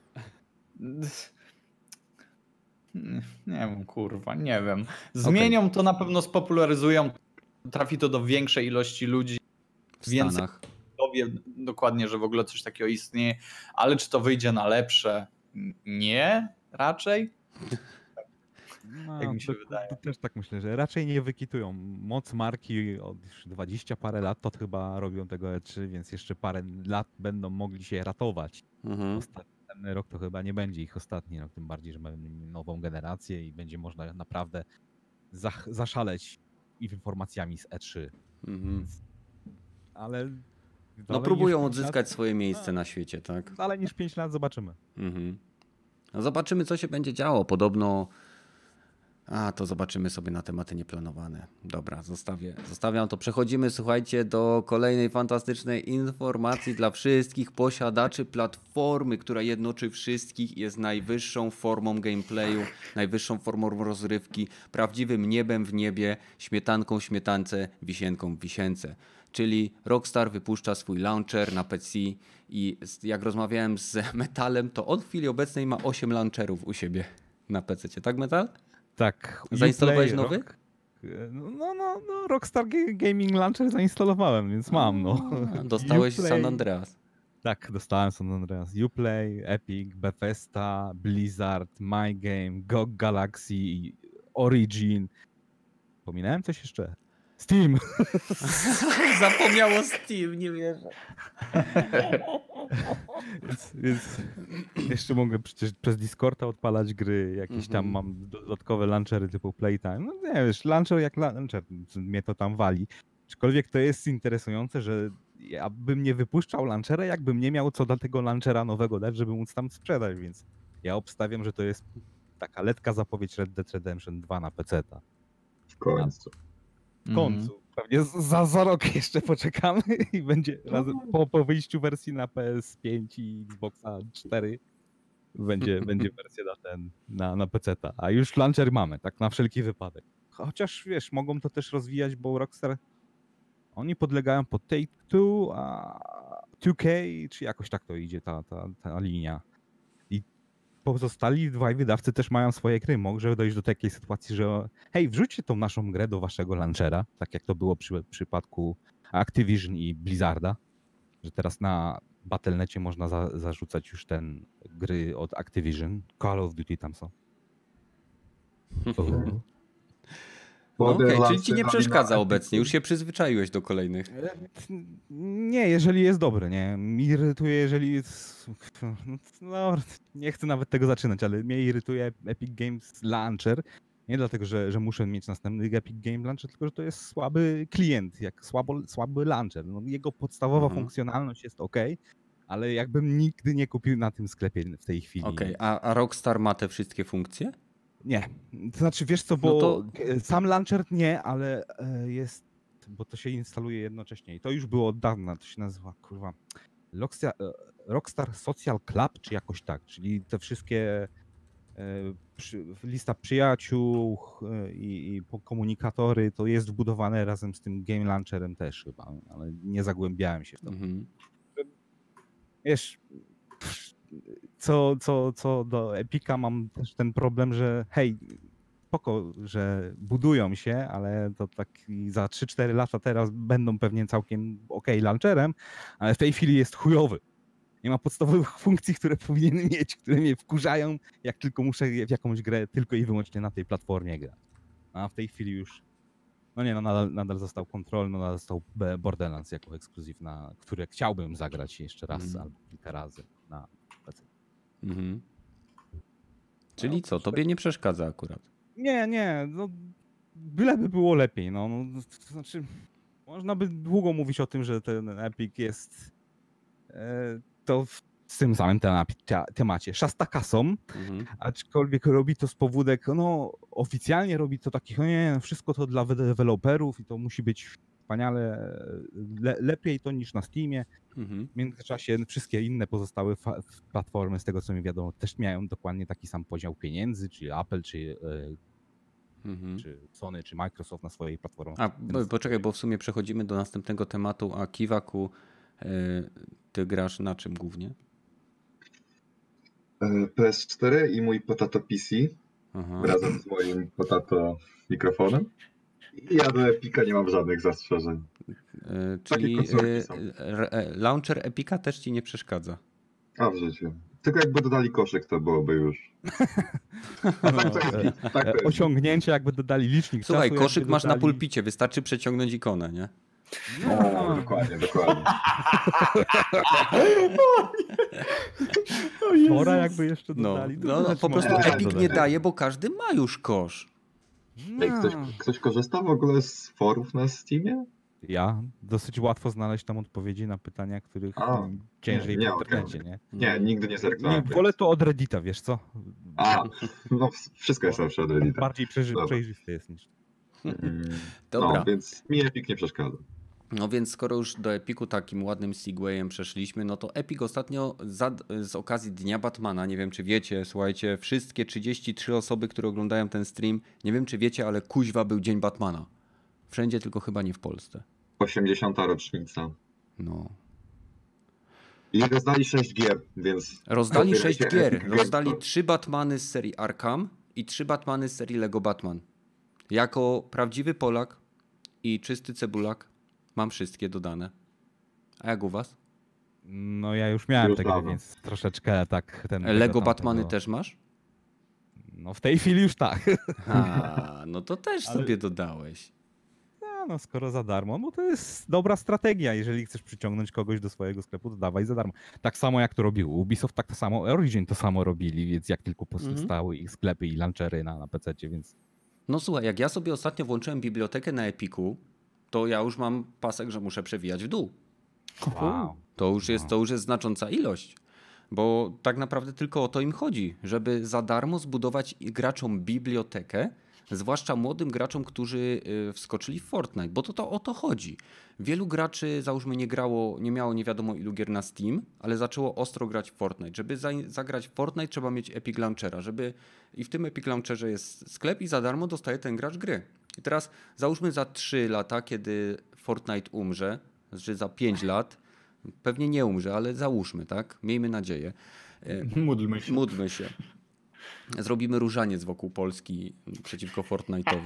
Speaker 2: Nie wiem, kurwa, nie wiem. Zmienią to, na pewno spopularyzują, trafi to do większej ilości ludzi,
Speaker 1: W
Speaker 2: więcej
Speaker 1: Stanach.
Speaker 2: wie dokładnie, że w ogóle coś takiego istnieje, ale czy to wyjdzie na lepsze? Nie, raczej.
Speaker 4: No,
Speaker 2: Jak mi się wydaje.
Speaker 4: to też tak myślę, że raczej nie wykitują. Moc marki od już 20 parę lat to chyba robią tego E3, więc jeszcze parę lat będą mogli się ratować. Ostatni rok to chyba nie będzie ich ostatni rok, tym bardziej, że mamy nową generację i będzie można naprawdę zaszaleć informacjami z E3. Ale
Speaker 1: No próbują odzyskać swoje miejsce na świecie, tak?
Speaker 4: Dalej niż 5 lat zobaczymy.
Speaker 1: No zobaczymy, co się będzie działo. Podobno... to zobaczymy sobie na tematy nieplanowane. Dobra, zostawiam to. Przechodzimy, słuchajcie, do kolejnej fantastycznej informacji dla wszystkich posiadaczy platformy, która jednoczy wszystkich, jest najwyższą formą gameplayu, najwyższą formą rozrywki, prawdziwym niebem w niebie, śmietanką w śmietance, wisienką w wisience. Czyli Rockstar wypuszcza swój launcher na PC i jak rozmawiałem z Metalem, to od chwili obecnej ma 8 launcherów u siebie na PC. Tak, Metal?
Speaker 4: Tak.
Speaker 1: Zainstalowałeś nowy?
Speaker 4: No, Rockstar Gaming Launcher zainstalowałem, więc mam, no.
Speaker 1: Dostałeś San Andreas.
Speaker 4: Tak, dostałem San Andreas. Uplay, Epic, Bethesda, Blizzard, MyGame, GOG Galaxy, Origin. Pominąłem coś jeszcze? Steam!
Speaker 1: Zapomniało Steam, nie wierzę.
Speaker 4: Więc jeszcze mogę przecież przez Discorda odpalać gry, jakieś tam mam dodatkowe launchery typu Playtime. No nie wiesz, launcher jak launcher, mnie to tam wali. Aczkolwiek to jest interesujące, że ja bym nie wypuszczał launchera, jakbym nie miał co do tego launchera nowego dać, żeby móc tam sprzedać, więc ja obstawiam, że to jest taka letka zapowiedź Red Dead Redemption 2 na PC-ta.
Speaker 3: W końcu.
Speaker 4: W końcu. Pewnie za rok jeszcze poczekamy i będzie razem, po wyjściu wersji na PS5 i Xboxa 4 będzie wersja na PC-ta. A już launcher mamy, tak na wszelki wypadek. Chociaż wiesz, mogą to też rozwijać, bo Rockstar oni podlegają pod Take-Two, a 2K, czy jakoś tak to idzie ta linia. I pozostali dwaj wydawcy też mają swoje gry. Może dojść do takiej sytuacji, że hej, wrzućcie tą naszą grę do waszego launchera, tak jak to było przy przypadku Activision i Blizzarda, że teraz na Battle.necie można zarzucać już gry od Activision. Call of Duty tam są.
Speaker 1: No okej, czyli ci nie przeszkadza obecnie, już się przyzwyczaiłeś do kolejnych.
Speaker 4: Nie, jeżeli jest dobry, nie. Mnie irytuje, jeżeli jest... No, nie chcę nawet tego zaczynać, ale mnie irytuje Epic Games Launcher. Nie dlatego, że muszę mieć następny Epic Game Launcher, tylko że to jest słaby klient, jak słaby launcher. No, jego podstawowa funkcjonalność jest ok, ale jakbym nigdy nie kupił na tym sklepie w tej chwili.
Speaker 1: Okej, a Rockstar ma te wszystkie funkcje?
Speaker 4: Nie. To znaczy, wiesz co, bo sam launcher nie, ale jest, bo to się instaluje jednocześnie i to już było od dawna, to się nazywa, kurwa, Rockstar Social Club, czy jakoś tak, czyli te wszystkie lista przyjaciół i komunikatory, to jest wbudowane razem z tym Game Launcherem też chyba, ale nie zagłębiałem się w to. Wiesz, co do Epica mam też ten problem, że hej, spoko, że budują się, ale to tak za 3-4 lata teraz będą pewnie całkiem launcherem, ale w tej chwili jest chujowy. Nie ma podstawowych funkcji, które powinien mieć, które mnie wkurzają, jak tylko muszę w jakąś grę tylko i wyłącznie na tej platformie grać. A w tej chwili już, nadal został Control, nadal został Borderlands jako ekskluzyw, na które chciałbym zagrać jeszcze raz albo kilka razy na PC.
Speaker 1: Czyli co, tobie nie przeszkadza akurat?
Speaker 4: Nie, no byleby było lepiej, to znaczy można by długo mówić o tym, że ten Epic jest to w tym samym temacie szasta kasą, aczkolwiek robi to z powódek, oficjalnie robi to takich, wszystko to dla deweloperów i to musi być wspaniale, lepiej to niż na Steamie. W międzyczasie wszystkie inne pozostałe platformy, z tego co mi wiadomo, też mają dokładnie taki sam podział pieniędzy, czy Apple, czy Sony, czy Microsoft na swojej platformie.
Speaker 1: Poczekaj, bo w sumie przechodzimy do następnego tematu, a Kiwaku, ty grasz na czym głównie?
Speaker 3: PS4 i mój Potato PC razem z moim Potato mikrofonem. Ja do Epika nie mam żadnych zastrzeżeń.
Speaker 1: Czyli
Speaker 3: konsolki są.
Speaker 1: launcher Epika też ci nie przeszkadza.
Speaker 3: A w życiu. Tylko jakby dodali koszyk, to byłoby już. A tak to jest git. Tak to jest.
Speaker 4: Osiągnięcie, jakby dodali licznik
Speaker 1: Słuchaj,
Speaker 4: czasu,
Speaker 1: koszyk
Speaker 4: jakby
Speaker 1: masz na
Speaker 4: dodali...
Speaker 1: pulpicie, wystarczy przeciągnąć ikonę, nie?
Speaker 3: No, dokładnie.
Speaker 4: Fora jakby jeszcze
Speaker 1: No,
Speaker 4: dodali.
Speaker 1: po prostu
Speaker 3: może
Speaker 1: Epic nie daje, bo każdy ma już kosz.
Speaker 3: Ej, ktoś korzysta w ogóle z forów na Steamie?
Speaker 4: Ja dosyć łatwo znaleźć tam odpowiedzi na pytania, których ciężej
Speaker 3: nie,
Speaker 4: w internecie, nie?
Speaker 3: Nie, nigdy nie zerknąłem.
Speaker 4: Nie, wolę to od Reddita, wiesz co?
Speaker 3: No wszystko jest lepsze od Reddita.
Speaker 4: Bardziej przejrzyste jest niż...
Speaker 1: Dobra.
Speaker 3: No, więc mi Epic nie przeszkadza.
Speaker 1: No więc skoro już do Epiku takim ładnym segwayem przeszliśmy, no to Epic ostatnio z okazji Dnia Batmana, nie wiem czy wiecie, słuchajcie, wszystkie 33 osoby, które oglądają ten stream, nie wiem czy wiecie, ale kuźwa był Dzień Batmana. Wszędzie, tylko chyba nie w Polsce.
Speaker 3: 80. rocznica.
Speaker 1: No.
Speaker 3: I rozdali 6 gier, więc...
Speaker 1: Rozdali 6 gier.
Speaker 3: Epic
Speaker 1: Rozdali
Speaker 3: Games
Speaker 1: 3 Batmany z serii Arkham i 3 Batmany z serii Lego Batman. Jako prawdziwy Polak i czysty cebulak mam wszystkie dodane. A jak u was?
Speaker 4: No ja już miałem
Speaker 3: Już
Speaker 4: tego,
Speaker 3: dawno.
Speaker 4: więc troszeczkę tak...
Speaker 1: Lego Batmany też masz?
Speaker 4: No w tej chwili już tak.
Speaker 1: A, no to też
Speaker 4: Ale-
Speaker 1: sobie dodałeś.
Speaker 4: No skoro za darmo, no to jest dobra strategia. Jeżeli chcesz przyciągnąć kogoś do swojego sklepu, to dawaj za darmo. Tak samo jak to robił Ubisoft, tak to samo Origin to samo robili, więc jak tylko powstały ich sklepy i launchery na PC-cie, więc...
Speaker 1: No słuchaj, jak ja sobie ostatnio włączyłem bibliotekę na Epiku, to ja już mam pasek, że muszę przewijać w dół.
Speaker 4: Wow.
Speaker 1: To już jest znacząca ilość. Bo tak naprawdę tylko o to im chodzi, żeby za darmo zbudować graczom bibliotekę, zwłaszcza młodym graczom, którzy wskoczyli w Fortnite, bo to o to chodzi. Wielu graczy, załóżmy, nie miało nie wiadomo ilu gier na Steam, ale zaczęło ostro grać w Fortnite. Żeby zagrać w Fortnite, trzeba mieć Epic Launchera, i w tym Epic Launcherze jest sklep i za darmo dostaje ten gracz gry. I teraz załóżmy za 3 lata, kiedy Fortnite umrze, że za 5 lat, pewnie nie umrze, ale załóżmy, tak? Miejmy nadzieję.
Speaker 2: Módlmy się.
Speaker 1: Módlmy się. Zrobimy różaniec wokół Polski przeciwko Fortnite'owi.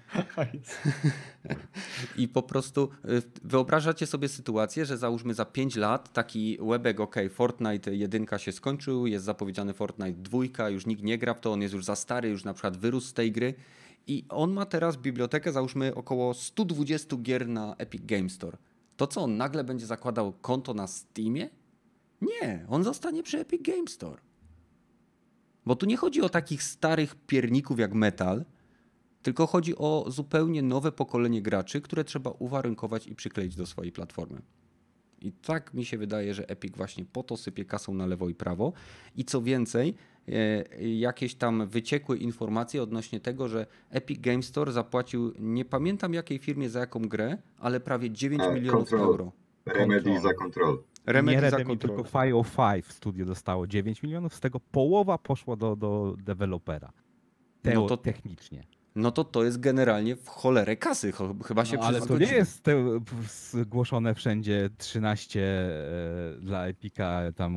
Speaker 1: I po prostu wyobrażacie sobie sytuację, że załóżmy za 5 lat taki webek, Fortnite 1 się skończył, jest zapowiedziany Fortnite 2, już nikt nie gra w to, on jest już za stary, już na przykład wyrósł z tej gry i on ma teraz bibliotekę, załóżmy około 120 gier na Epic Games Store. To co, on nagle będzie zakładał konto na Steamie? Nie, on zostanie przy Epic Games Store. Bo tu nie chodzi o takich starych pierników jak Metal, tylko chodzi o zupełnie nowe pokolenie graczy, które trzeba uwarunkować i przykleić do swojej platformy. I tak mi się wydaje, że Epic właśnie po to sypie kasą na lewo i prawo. I co więcej, jakieś tam wyciekły informacje odnośnie tego, że Epic Games Store zapłacił, nie pamiętam jakiej firmie za jaką grę, ale prawie 9 milionów
Speaker 3: Control.
Speaker 1: euro.
Speaker 3: Remedy za Control.
Speaker 1: Remedy
Speaker 4: nie
Speaker 1: za
Speaker 4: Redemi,
Speaker 1: kontrolę.
Speaker 4: tylko 505 studio dostało 9 milionów, z tego połowa poszła do dewelopera.
Speaker 1: No to-
Speaker 4: Technicznie.
Speaker 1: No to jest generalnie w cholerę kasy. Chyba się
Speaker 4: No, ale to
Speaker 1: wszyscy
Speaker 4: nie jest zgłoszone wszędzie 13 dla Epica, tam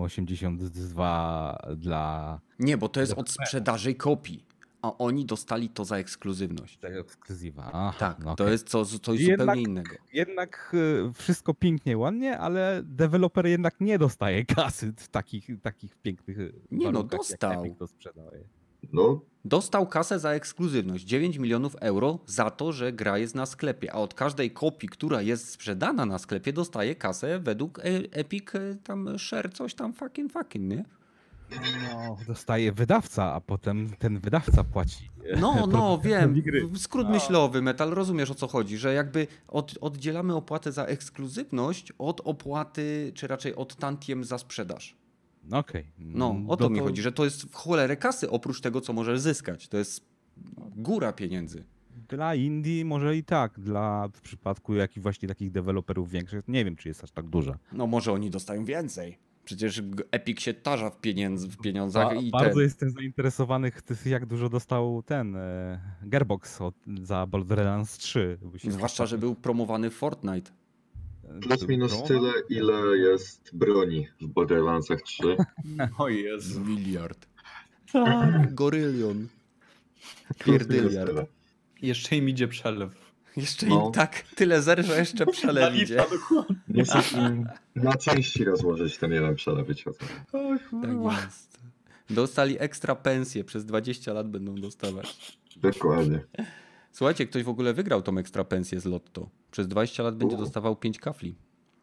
Speaker 4: 82 dla
Speaker 1: Nie, bo to jest od sprzedaży kopii, a oni dostali to za ekskluzywność.
Speaker 4: tego ekskluzywa. Aha,
Speaker 1: Tak,
Speaker 4: no
Speaker 1: to
Speaker 4: okej.
Speaker 1: jest coś
Speaker 4: Jednak-
Speaker 1: zupełnie innego.
Speaker 4: Jednak wszystko pięknie, ładnie, ale deweloper jednak nie dostaje kasy w takich pięknych
Speaker 1: Nie, no,
Speaker 4: warunkach,
Speaker 1: dostał.
Speaker 4: jak Epic to sprzedaje.
Speaker 3: No,
Speaker 1: Dostał kasę za ekskluzywność, 9 milionów euro za to, że gra jest na sklepie, a od każdej kopii, która jest sprzedana na sklepie, dostaje kasę według Epic tam share coś tam fucking, nie?
Speaker 4: No, dostaje wydawca, a potem ten wydawca płaci.
Speaker 1: No, wiem.
Speaker 4: gry.
Speaker 1: Skrót myślowy, Metal, rozumiesz o co chodzi, że jakby oddzielamy opłatę za ekskluzywność od opłaty, czy raczej od tantiem za sprzedaż.
Speaker 4: Okej.
Speaker 1: No, o to mi chodzi, że to jest w cholerę kasy oprócz tego, co możesz zyskać. To jest góra pieniędzy.
Speaker 4: Dla indie może i tak, w przypadku jakich właśnie takich deweloperów większych, nie wiem, czy jest aż tak duża.
Speaker 1: No może oni dostają więcej. Przecież Epic się tarza w pieniądzach i
Speaker 4: Bardzo jestem zainteresowany, jak dużo dostał Gearbox za Borderlands 3.
Speaker 1: Zwłaszcza, że był promowany w Fortnite.
Speaker 3: plus minus tyle, ile jest broni w Borderlandsach 3.
Speaker 2: O Jezu.
Speaker 1: Miliard.
Speaker 2: Tak.
Speaker 1: Gorylion.
Speaker 3: Plus minus
Speaker 1: Pierdyliard.
Speaker 3: tyle.
Speaker 2: Jeszcze im idzie przelew.
Speaker 1: Jeszcze
Speaker 3: No.
Speaker 1: im tak tyle zer, że jeszcze przelew idzie.
Speaker 3: Muszę im na części rozłożyć ten jeden przelew, wiecie o co.
Speaker 1: Tak jest. Dostali ekstra pensję, przez 20 lat będą dostawać.
Speaker 3: Dokładnie.
Speaker 1: Słuchajcie, ktoś w ogóle wygrał tą ekstra pensję z Lotto. Przez 20 lat będzie dostawał 5 kafli.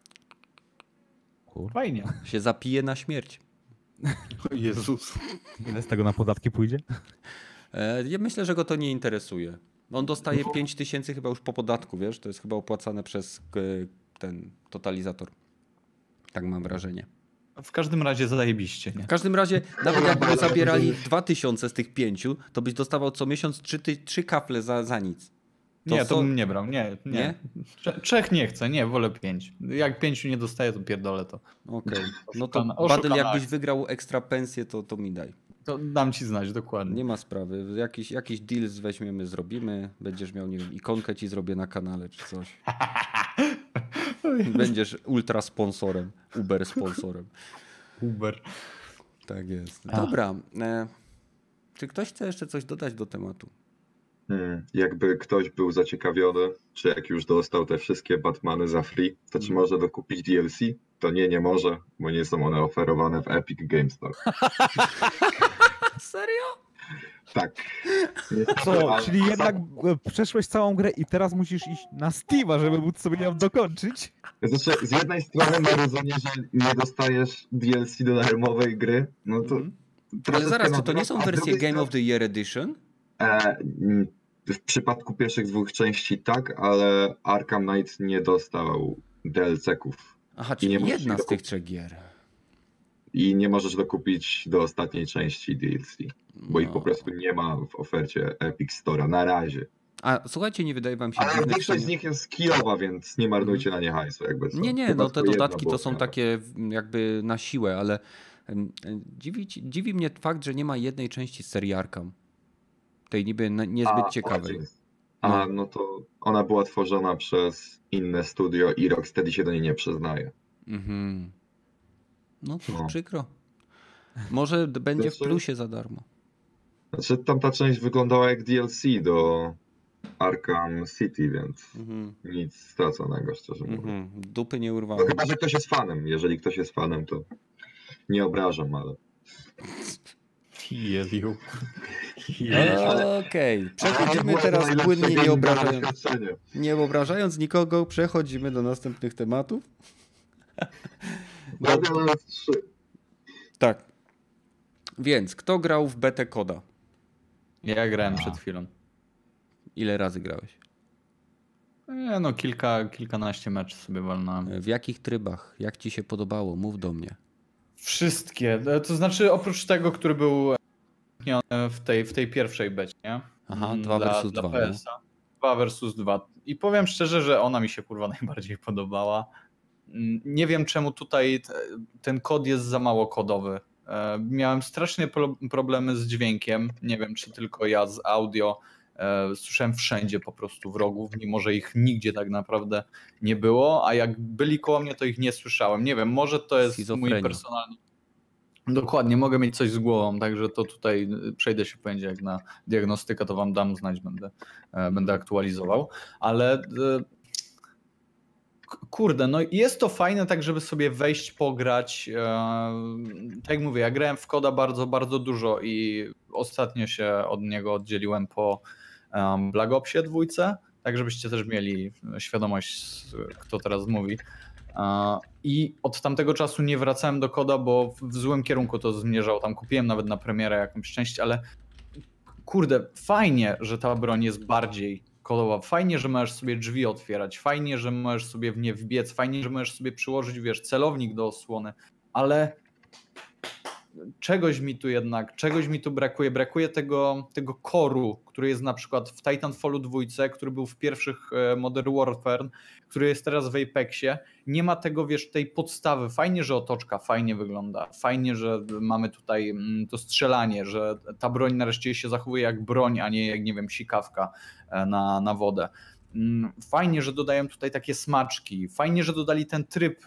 Speaker 2: Fajnie.
Speaker 1: Się zapije na śmierć.
Speaker 2: O Jezus.
Speaker 4: Ile z tego na podatki pójdzie?
Speaker 1: Ja myślę, że go to nie interesuje. On dostaje 5 tysięcy chyba już po podatku, wiesz? To jest chyba opłacane przez ten totalizator. Tak mam wrażenie.
Speaker 2: W każdym razie zajebiście, nie?
Speaker 1: W każdym razie, nawet jakby zabierali 2000 z tych 5, to byś dostawał co miesiąc 3 kafle za nic.
Speaker 2: To bym nie brał, nie.
Speaker 1: Nie?
Speaker 2: 3 nie chcę, nie, wolę 5. Jak 5 nie dostaję, to pierdolę to.
Speaker 1: Okej. No to
Speaker 2: Oszukana
Speaker 1: Badyl, jakbyś
Speaker 2: akcja.
Speaker 1: wygrał ekstra pensję, to mi daj.
Speaker 2: To dam ci znać, dokładnie.
Speaker 1: Nie ma sprawy. Jakiś deal weźmiemy, zrobimy. Będziesz miał, nie wiem, ikonkę ci zrobię na kanale czy coś. Będziesz ultra sponsorem, Uber sponsorem.
Speaker 2: Uber.
Speaker 1: Tak jest. Dobra. Czy ktoś chce jeszcze coś dodać do tematu?
Speaker 3: Jakby ktoś był zaciekawiony, czy jak już dostał te wszystkie Batmany za free, to czy może dokupić DLC? To nie może, bo nie są one oferowane w Epic Games Store.
Speaker 1: Serio?
Speaker 3: Tak.
Speaker 4: Co? Czyli jednak przeszłeś całą grę i teraz musisz iść na Steam'a, żeby móc sobie ją dokończyć?
Speaker 3: Znaczy, z jednej strony marudzenie, że nie dostajesz DLC do darmowej gry, no to...
Speaker 1: Ale zaraz, czy to nie
Speaker 3: a
Speaker 1: są
Speaker 3: z
Speaker 1: wersje
Speaker 3: drugiej
Speaker 1: Game of the Year Edition?
Speaker 3: w przypadku pierwszych 2 części tak, ale Arkham Knight nie dostał DLC-ków.
Speaker 1: Aha,
Speaker 3: I
Speaker 1: czyli
Speaker 3: nie możesz
Speaker 1: jedna
Speaker 3: ich
Speaker 1: z tych 3 gier.
Speaker 3: I nie możesz dokupić do ostatniej części DLC, bo ich po prostu nie ma w ofercie Epic Store'a na razie.
Speaker 1: A słuchajcie, nie wydaje wam się
Speaker 3: Ale
Speaker 1: dziwne, czy
Speaker 3: większość z
Speaker 1: nie?
Speaker 3: nich jest skillowa, więc nie marnujcie na nie hajsu, jakby co.
Speaker 1: Nie,
Speaker 3: Chyba
Speaker 1: no te
Speaker 3: tylko jedna
Speaker 1: dodatki to
Speaker 3: była
Speaker 1: są
Speaker 3: miała.
Speaker 1: takie jakby na siłę, ale dziwi mnie fakt, że nie ma jednej części z serii Arkham. Tej niby niezbyt ciekawej.
Speaker 3: No to ona była tworzona przez inne studio i Rocksteady się do niej nie przyznaje.
Speaker 1: Mhm. No cóż,
Speaker 3: No.
Speaker 1: przykro. Może będzie w
Speaker 3: Znaczy-
Speaker 1: plusie za darmo.
Speaker 3: Znaczy tamta część wyglądała jak DLC do Arkham City, więc
Speaker 1: Mhm.
Speaker 3: nic straconego, szczerze mówiąc.
Speaker 1: Mhm. Dupy nie
Speaker 3: No
Speaker 1: urwało.
Speaker 3: chyba, że ktoś jest fanem. Jeżeli ktoś jest fanem, to nie obrażam, ale...
Speaker 2: Jezu.
Speaker 1: Okej,
Speaker 3: Ale
Speaker 1: przechodzimy
Speaker 3: było to
Speaker 1: teraz
Speaker 3: najlepsze
Speaker 1: płynnie,
Speaker 3: game'owe doświadczenie.
Speaker 1: nie obrażając nikogo, przechodzimy do następnych tematów.
Speaker 3: Borderlands 3.
Speaker 1: Tak. Więc, kto grał w betę Koda?
Speaker 2: Ja grałem przed chwilą.
Speaker 1: Ile razy grałeś?
Speaker 2: No kilkanaście meczów sobie walnąłem.
Speaker 1: W jakich trybach? Jak ci się podobało? Mów do mnie.
Speaker 2: Wszystkie. To znaczy oprócz tego, który był w tej pierwszej becie, nie?
Speaker 1: Aha, 2 versus 2.
Speaker 2: Dla PS-a. 2 versus 2. I powiem szczerze, że ona mi się kurwa najbardziej podobała. Nie wiem czemu tutaj ten kod jest za mało kodowy. Miałem strasznie problemy z dźwiękiem. Nie wiem czy tylko ja z audio. Słyszałem wszędzie po prostu wrogów, mimo że ich nigdzie tak naprawdę nie było, a jak byli koło mnie, to ich nie słyszałem. Nie wiem, może to jest
Speaker 1: Schizofrenia.
Speaker 2: mój personalny... Dokładnie, mogę mieć coś z głową, także to tutaj przejdę się będzie jak na diagnostykę, to wam dam znać, będę aktualizował, ale kurde, no jest to fajne tak, żeby sobie wejść, pograć. Tak jak mówię, ja grałem w Koda bardzo, bardzo dużo i ostatnio się od niego oddzieliłem po Black Opsie 2, tak żebyście też mieli świadomość, kto teraz mówi. I od tamtego czasu nie wracałem do Koda, bo w złym kierunku to zmierzało. Tam kupiłem nawet na premierę jakąś część, ale kurde, fajnie, że ta broń jest bardziej kodowa. Fajnie, że możesz sobie drzwi otwierać, fajnie, że możesz sobie w nie wbiec, fajnie, że możesz sobie przyłożyć, wiesz, celownik do osłony, ale czegoś mi tu brakuje. Brakuje tego koru, który jest na przykład w Titanfallu 2, który był w pierwszych Modern Warfare, który jest teraz w Apexie. Nie ma tego, wiesz, tej podstawy. Fajnie, że otoczka fajnie wygląda. Fajnie, że mamy tutaj to strzelanie, że ta broń nareszcie się zachowuje jak broń, a nie jak, nie wiem, sikawka na wodę. Fajnie, że dodają tutaj takie smaczki. Fajnie, że dodali ten tryb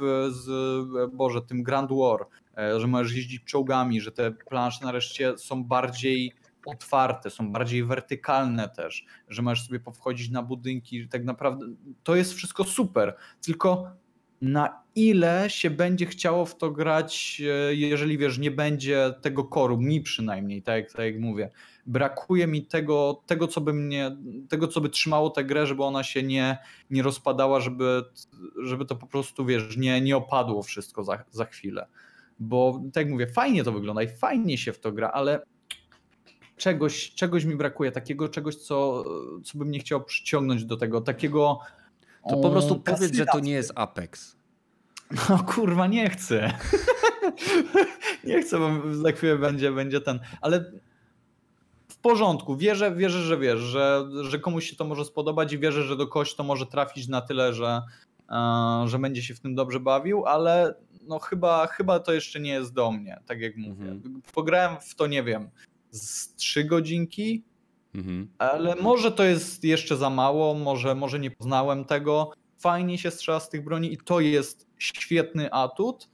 Speaker 2: tym Grand War, że możesz jeździć czołgami, że te plansze nareszcie są bardziej otwarte, są bardziej wertykalne też, że możesz sobie powchodzić na budynki, że tak naprawdę to jest wszystko super, tylko na ile się będzie chciało w to grać, jeżeli wiesz, nie będzie tego core'u, mi przynajmniej, tak jak mówię. Brakuje mi tego, co by trzymało tę grę, żeby ona się nie rozpadała, żeby to po prostu, wiesz, nie opadło wszystko za chwilę. Bo tak jak mówię, fajnie to wygląda i fajnie się w to gra, ale czegoś mi brakuje, takiego czegoś, co bym nie chciał przyciągnąć do tego, takiego.
Speaker 1: To po prostu powiedz, że to
Speaker 2: kasyna.
Speaker 1: nie jest Apex.
Speaker 2: No kurwa, nie chcę. Nie chcę, bo za chwilę będzie ten. Ale w porządku. Wierzę, że wiesz, że komuś się to może spodobać i wierzę, że do kogoś to może trafić na tyle, że będzie się w tym dobrze bawił, ale no chyba to jeszcze nie jest do mnie, tak jak mówię. Pograłem w to, nie wiem, z 3 godzinki, ale może to jest jeszcze za mało, może nie poznałem tego. Fajnie się strzela z tych broni i to jest świetny atut.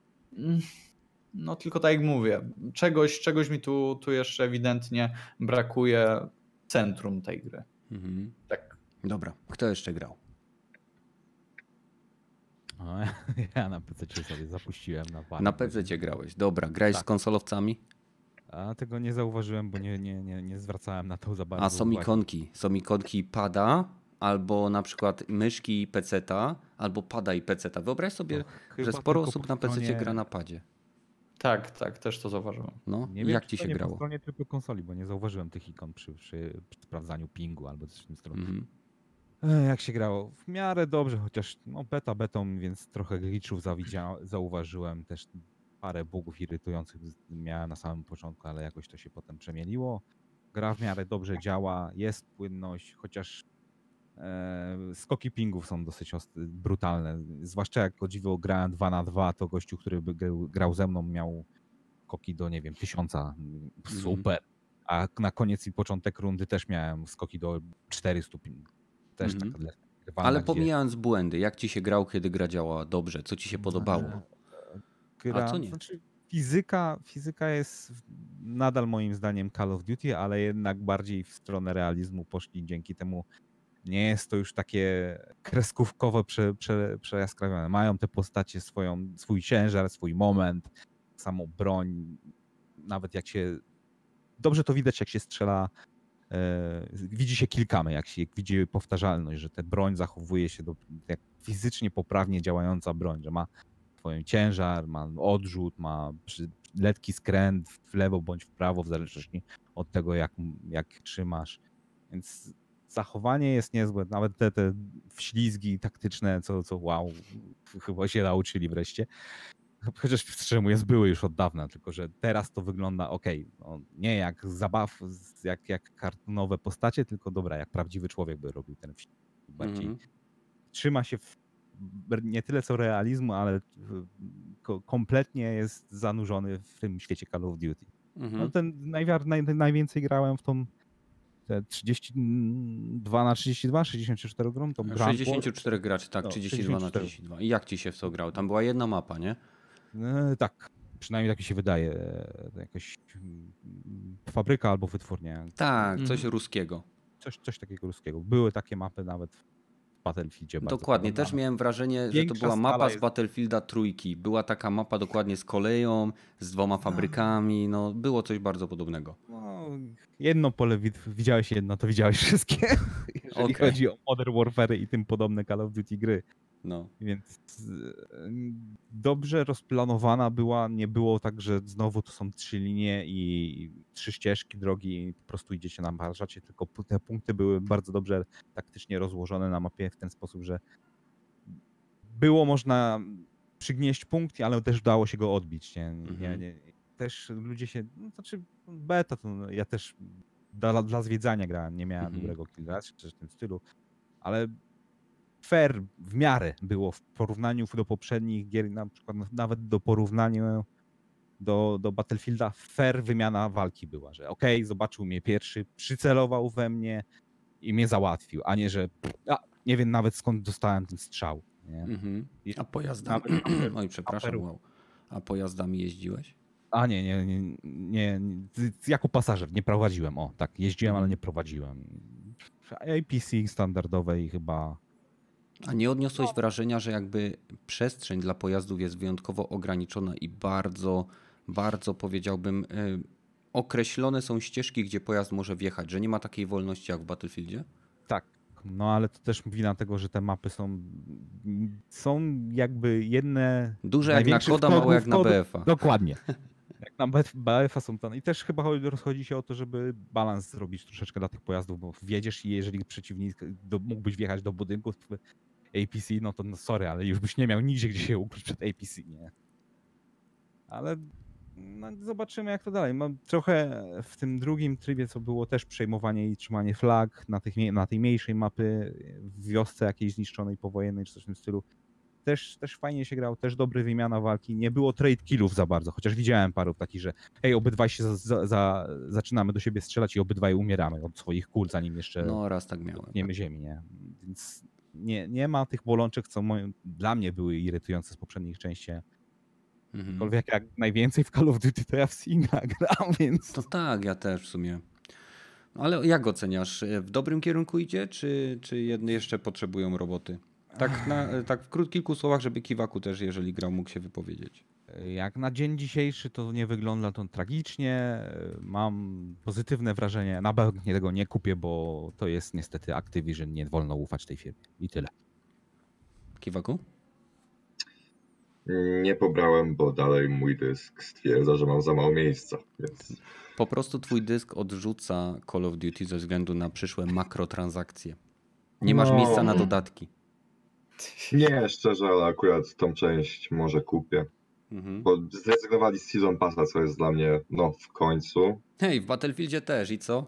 Speaker 2: No tylko tak jak mówię, czegoś mi tu jeszcze ewidentnie brakuje w centrum tej gry. Tak.
Speaker 1: Dobra, kto jeszcze grał?
Speaker 4: O, ja na PC sobie zapuściłem na parę.
Speaker 1: Na PC grałeś, dobra. Grałeś z konsolowcami?
Speaker 4: A tego nie zauważyłem, bo nie zwracałem na to za bardzo
Speaker 1: A
Speaker 4: uwagi.
Speaker 1: są ikonki pada, albo na przykład myszki i peceta, albo pada i peceta. Wyobraź sobie,
Speaker 4: No,
Speaker 1: że
Speaker 4: chyba
Speaker 1: sporo
Speaker 4: tylko
Speaker 1: osób
Speaker 4: po
Speaker 1: na PC
Speaker 4: stronie-
Speaker 1: gra na padzie.
Speaker 2: Tak, też to zauważyłem.
Speaker 1: No,
Speaker 4: Nie
Speaker 1: i
Speaker 4: wiem,
Speaker 1: jak
Speaker 4: czy
Speaker 1: ci
Speaker 4: to
Speaker 1: się
Speaker 4: nie po
Speaker 1: grało?
Speaker 4: stronie tylko konsoli, bo nie zauważyłem tych ikon przy sprawdzaniu pingu albo coś w tym stylu. Jak się grało? W miarę dobrze, chociaż no betą, więc trochę glitchów zauważyłem. Też parę bugów irytujących miałem na samym początku, ale jakoś to się potem przemieliło. Gra w miarę dobrze działa, jest płynność, chociaż skoki pingów są dosyć brutalne. Zwłaszcza jak o dziwo grałem 2 na 2, to gościu, który by grał ze mną, miał skoki do, nie wiem, 1000. Super. A na koniec i początek rundy też miałem skoki do 400 pingów. Też taka rywalna,
Speaker 1: Ale
Speaker 4: gdzie
Speaker 1: pomijając błędy, jak ci się grało, kiedy gra działała dobrze? Co ci się podobało? A co nie?
Speaker 4: Znaczy fizyka jest nadal moim zdaniem Call of Duty, ale jednak bardziej w stronę realizmu poszli. Dzięki temu nie jest to już takie kreskówkowo przejaskrawione. Mają te postacie swój ciężar, swój moment, samą broń. Nawet jak się... Dobrze to widać, jak się strzela. Widzi się kilkamy, jak widzi powtarzalność, że ta broń zachowuje się jak fizycznie poprawnie działająca broń, że ma swoją ciężar, ma odrzut, ma lekki skręt w lewo bądź w prawo, w zależności od tego, jak trzymasz. Więc zachowanie jest niezłe. Nawet te wślizgi taktyczne, co wow, chyba się nauczyli wreszcie. Chociaż szczerze mówiąc były już od dawna, tylko że teraz to wygląda no, nie jak jak kartonowe postacie, tylko dobra, jak prawdziwy człowiek by robił ten film. Bardziej trzyma się nie tyle co realizmu, ale kompletnie jest zanurzony w tym świecie Call of Duty. No najwięcej grałem w tą te 32 na 32, 64 grom, to
Speaker 1: 64 graczy, tak,
Speaker 4: No,
Speaker 1: 32 na 32. I jak ci się w to grało? Tam była jedna mapa, nie?
Speaker 4: Tak, przynajmniej tak mi się wydaje. Jakaś fabryka albo wytwórnia.
Speaker 1: Tak, coś ruskiego.
Speaker 4: Coś takiego ruskiego. Były takie mapy nawet w Battlefieldzie.
Speaker 1: Dokładnie, też miałem wrażenie, że to była mapa z Battlefielda trójki. Była taka mapa dokładnie z koleją, z 2 fabrykami, no było coś bardzo podobnego.
Speaker 4: No, jedno pole widziałeś jedno, to widziałeś wszystkie. Jeżeli chodzi o Modern Warfare i tym podobne Call of Duty gry.
Speaker 1: No.
Speaker 4: Więc dobrze rozplanowana była, nie było tak, że znowu to są 3 linie i 3 ścieżki drogi i po prostu idziecie naparzacie, tylko te punkty były bardzo dobrze taktycznie rozłożone na mapie w ten sposób, że było można przygnieść punkt, ale też dało się go odbić. Też ludzie się, znaczy beta, to ja też dla zwiedzania grałem, nie miałem dobrego killa, czy w tym stylu, ale fair w miarę było w porównaniu do poprzednich gier, na przykład nawet do porównania do Battlefielda, fair wymiana walki była, że zobaczył mnie pierwszy, przycelował we mnie i mnie załatwił, a nie, że nie wiem nawet skąd dostałem ten strzał. Nie?
Speaker 1: A pojazdami? Oj, przepraszam, wow. A pojazdami jeździłeś?
Speaker 4: A nie. Jako pasażer nie prowadziłem. O, tak, jeździłem, ale nie prowadziłem. APC standardowej chyba.
Speaker 1: A nie odniosłeś wrażenia, że jakby przestrzeń dla pojazdów jest wyjątkowo ograniczona i bardzo, bardzo powiedziałbym, określone są ścieżki, gdzie pojazd może wjechać, że nie ma takiej wolności jak w Battlefieldzie?
Speaker 4: Tak, no ale to też wina tego, że te mapy są jakby jedne
Speaker 1: Duże jak na
Speaker 4: największych
Speaker 1: Koda, małe jak na
Speaker 4: kodu.
Speaker 1: BF-a.
Speaker 4: Dokładnie. Jak na BF-a są to. I też chyba rozchodzi się o to, żeby balans zrobić troszeczkę dla tych pojazdów, bo wjedziesz i jeżeli przeciwnik mógłbyś wjechać do budynku w APC, no to no sorry, ale już byś nie miał nigdzie gdzie się ukryć przed APC, nie? Ale no, zobaczymy jak to dalej. Mam trochę w tym drugim trybie, co było też przejmowanie i trzymanie flag na tej mniejszej mapy w wiosce jakiejś zniszczonej powojennej czy coś w tym stylu. Też fajnie się grał, też dobry wymiana walki. Nie było trade killów za bardzo, chociaż widziałem paru takich, że obydwaj się zaczynamy do siebie strzelać i obydwaj umieramy od swoich kul, zanim jeszcze
Speaker 1: No raz tak miałem.
Speaker 4: dotkniemy ziemi, nie? Więc nie ma tych bolączek, co dla mnie były irytujące z poprzednich części. Aczkolwiek jak najwięcej w Call of Duty to ja w singla gram, więc...
Speaker 1: To tak, ja też w sumie. Ale jak oceniasz? W dobrym kierunku idzie, czy jedne jeszcze potrzebują roboty? Tak w kilku słowach, żeby Kiwaku też, jeżeli grał, mógł się wypowiedzieć.
Speaker 4: Jak na dzień dzisiejszy to nie wygląda to tragicznie. Mam pozytywne wrażenie. Na pewno tego nie kupię, bo to jest niestety Activision. Nie wolno ufać tej firmie. I tyle.
Speaker 1: Kiwaku?
Speaker 3: Nie pobrałem, bo dalej mój dysk stwierdza, że mam za mało miejsca, więc...
Speaker 1: Po prostu twój dysk odrzuca Call of Duty ze względu na przyszłe makrotransakcje. Nie masz miejsca na dodatki.
Speaker 3: Nie, szczerze, ale akurat tą część może kupię. Bo zrezygnowali z Season Passa, co jest dla mnie, no w końcu.
Speaker 1: Hej, w Battlefieldzie też i co?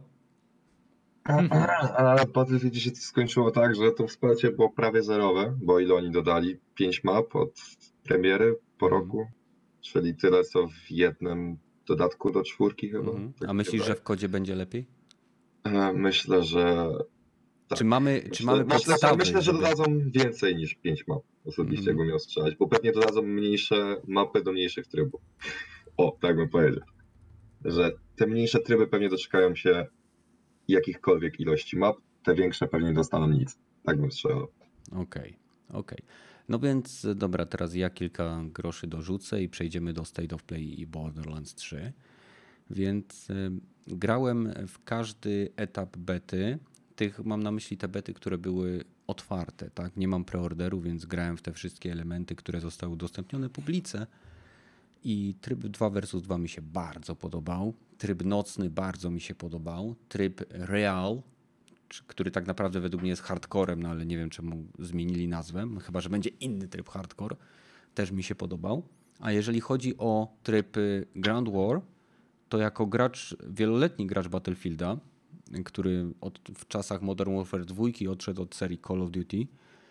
Speaker 3: Ale w Battlefieldzie się to skończyło tak, że to wsparcie było prawie zerowe, bo ile oni dodali? 5 map od premiery po roku, czyli tyle co w jednym dodatku do 4 chyba. Tak
Speaker 1: A myślisz, że w kodzie będzie lepiej?
Speaker 3: Myślę, że tak.
Speaker 1: Czy mamy podstawy?
Speaker 3: Myślę, że dodadzą więcej niż 5 map, osobiście jakbym miał strzelać, bo pewnie dodadzą mniejsze mapy do mniejszych trybów. O, tak bym powiedział. Że te mniejsze tryby pewnie doczekają się jakichkolwiek ilości map, te większe pewnie dostaną nic. Tak bym strzelał.
Speaker 1: Okej. No więc dobra, teraz ja kilka groszy dorzucę i przejdziemy do State of Play i Borderlands 3. Więc grałem w każdy etap bety. Mam na myśli te bety, które były otwarte, tak? Nie mam preorderu, więc grałem w te wszystkie elementy, które zostały udostępnione publice. I tryb 2 vs 2 mi się bardzo podobał. Tryb nocny bardzo mi się podobał. Tryb Real, który tak naprawdę według mnie jest hardcorem, no ale nie wiem czemu zmienili nazwę, chyba że będzie inny tryb hardcore, też mi się podobał. A jeżeli chodzi o tryb Ground War, to jako wieloletni gracz Battlefielda, który w czasach Modern Warfare 2 odszedł od serii Call of Duty,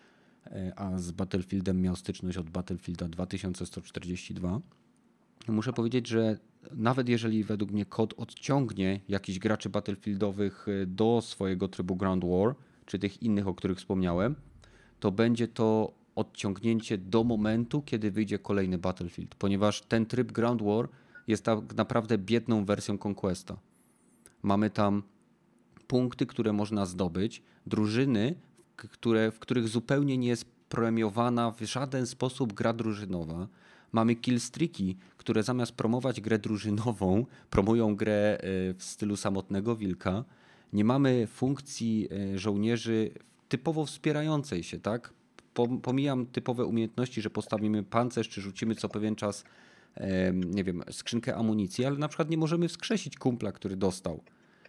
Speaker 1: a z Battlefieldem miał styczność od Battlefielda 2142, muszę powiedzieć, że nawet jeżeli według mnie kod odciągnie jakichś graczy battlefieldowych do swojego trybu Ground War, czy tych innych, o których wspomniałem, to będzie to odciągnięcie do momentu, kiedy wyjdzie kolejny Battlefield, ponieważ ten tryb Ground War jest tak naprawdę biedną wersją Conquesta. Mamy tam punkty, które można zdobyć, drużyny, w których zupełnie nie jest premiowana w żaden sposób gra drużynowa. Mamy killstreaki, które zamiast promować grę drużynową, promują grę w stylu samotnego wilka. Nie mamy funkcji żołnierzy typowo wspierającej się, tak? Pomijam typowe umiejętności, że postawimy pancerz, czy rzucimy co pewien czas, nie wiem, skrzynkę amunicji, ale na przykład nie możemy wskrzesić kumpla, który dostał.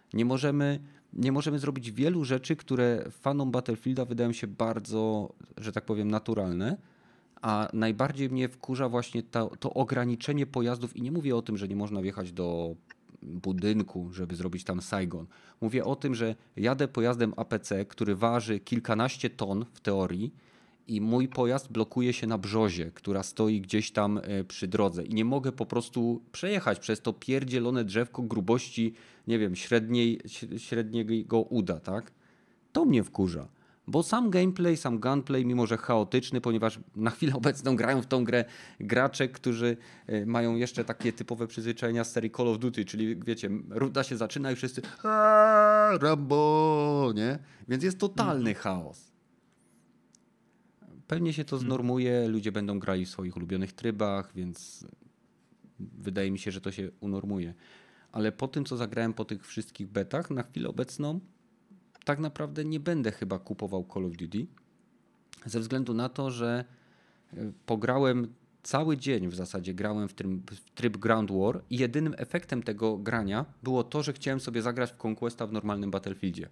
Speaker 1: Nie możemy zrobić wielu rzeczy, które fanom Battlefielda wydają się bardzo, że tak powiem, naturalne. A najbardziej mnie wkurza właśnie to ograniczenie pojazdów i nie mówię o tym, że nie można wjechać do budynku, żeby zrobić tam Saigon. Mówię o tym, że jadę pojazdem APC, który waży kilkanaście ton w teorii i mój pojazd blokuje się na brzozie, która stoi gdzieś tam przy drodze i nie mogę po prostu przejechać przez to pierdzielone drzewko grubości, nie wiem, średniego uda, tak? To mnie wkurza. Bo sam gameplay, sam gunplay, mimo że chaotyczny, ponieważ na chwilę obecną grają w tą grę gracze, którzy mają jeszcze takie typowe przyzwyczajenia z serii Call of Duty, czyli wiecie, runda się zaczyna i wszyscy Rambo, nie? Więc jest totalny chaos. Pewnie się to znormuje, ludzie będą grali w swoich ulubionych trybach, więc wydaje mi się, że to się unormuje. Ale po tym, co zagrałem po tych wszystkich betach, na chwilę obecną tak naprawdę nie będę chyba kupował Call of Duty, ze względu na to, że pograłem cały dzień w zasadzie, grałem w tryb Ground War i jedynym efektem tego grania było to, że chciałem sobie zagrać w Conquesta w normalnym Battlefieldzie.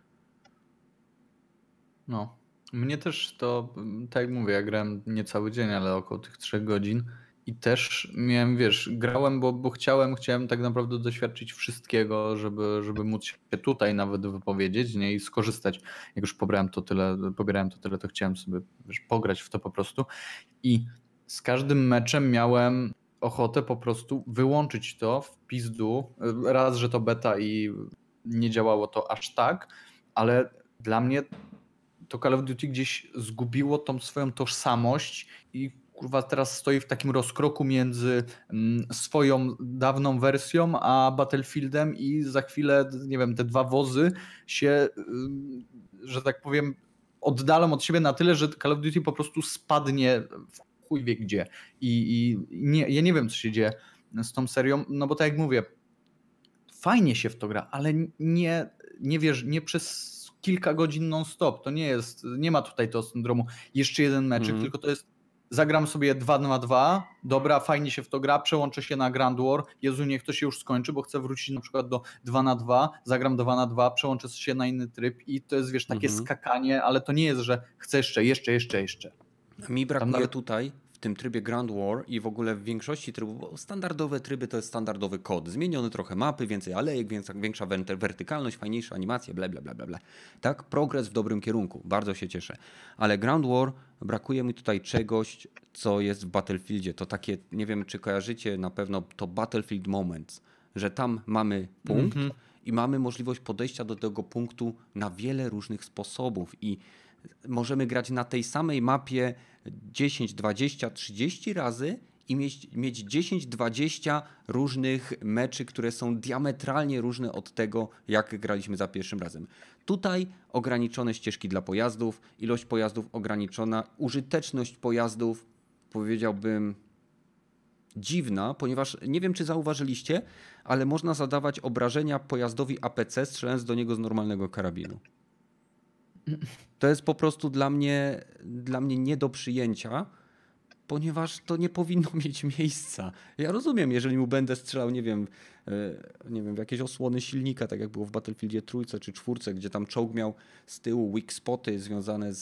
Speaker 2: No. Mnie też to, tak jak mówię, ja grałem nie cały dzień, ale około tych 3 godzin i też miałem, wiesz, grałem, bo chciałem tak naprawdę doświadczyć wszystkiego, żeby móc się tutaj nawet wypowiedzieć, nie, i skorzystać. Jak już pobierałem to tyle, to chciałem sobie, wiesz, pograć w to po prostu i z każdym meczem miałem ochotę po prostu wyłączyć to w pizdu. Raz, że to beta i nie działało to aż tak, ale dla mnie to Call of Duty gdzieś zgubiło tą swoją tożsamość i kurwa teraz stoi w takim rozkroku między swoją dawną wersją a Battlefieldem i za chwilę, nie wiem, te dwa wozy się, że tak powiem, oddalą od siebie na tyle, że Call of Duty po prostu spadnie w chuj wie gdzie. Ja nie wiem, co się dzieje z tą serią, no bo tak jak mówię, fajnie się w to gra, ale nie wiesz, nie przez kilka godzin non-stop. To nie ma tutaj tego syndromu jeszcze jeden meczek, tylko to jest zagram sobie 2-2, dobra, fajnie się w to gra, przełączę się na Grand War, Jezu, niech to się już skończy, bo chcę wrócić na przykład do 2-2, zagram 2-2, przełączę się na inny tryb i to jest, wiesz, takie skakanie, ale to nie jest, że chcę jeszcze.
Speaker 1: Mi brakuje tutaj w tym trybie Grand War i w ogóle w większości trybów, bo standardowe tryby to jest standardowy kod. Zmienione trochę mapy, więcej alejek, większa wertykalność, fajniejsza animacja, bla. Tak, progres w dobrym kierunku. Bardzo się cieszę. Ale Grand War brakuje mi tutaj czegoś, co jest w Battlefieldzie. To takie, nie wiem czy kojarzycie na pewno, to Battlefield Moments, że tam mamy punkt i mamy możliwość podejścia do tego punktu na wiele różnych sposobów i możemy grać na tej samej mapie 10, 20, 30 razy i mieć 10, 20 różnych meczy, które są diametralnie różne od tego, jak graliśmy za pierwszym razem. Tutaj ograniczone ścieżki dla pojazdów, ilość pojazdów ograniczona, użyteczność pojazdów, powiedziałbym, dziwna, ponieważ nie wiem, czy zauważyliście, ale można zadawać obrażenia pojazdowi APC, strzelając do niego z normalnego karabinu. To jest po prostu dla mnie nie do przyjęcia, ponieważ to nie powinno mieć miejsca. Ja rozumiem, jeżeli mu będę strzelał, nie wiem, w jakieś osłony silnika, tak jak było w Battlefieldzie 3 czy 4, gdzie tam czołg miał z tyłu weak spoty związane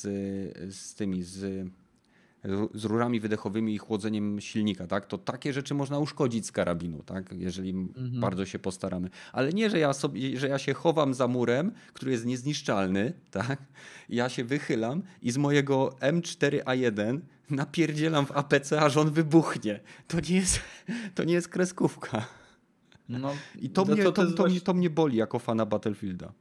Speaker 1: z rurami wydechowymi i chłodzeniem silnika, tak? To takie rzeczy można uszkodzić z karabinu, tak? Jeżeli bardzo się postaramy. Ale nie, że ja się chowam za murem, który jest niezniszczalny, tak? Ja się wychylam i z mojego M4A1 napierdzielam w APC, aż on wybuchnie. To nie jest kreskówka.
Speaker 2: No,
Speaker 1: i to mnie boli jako fana Battlefielda.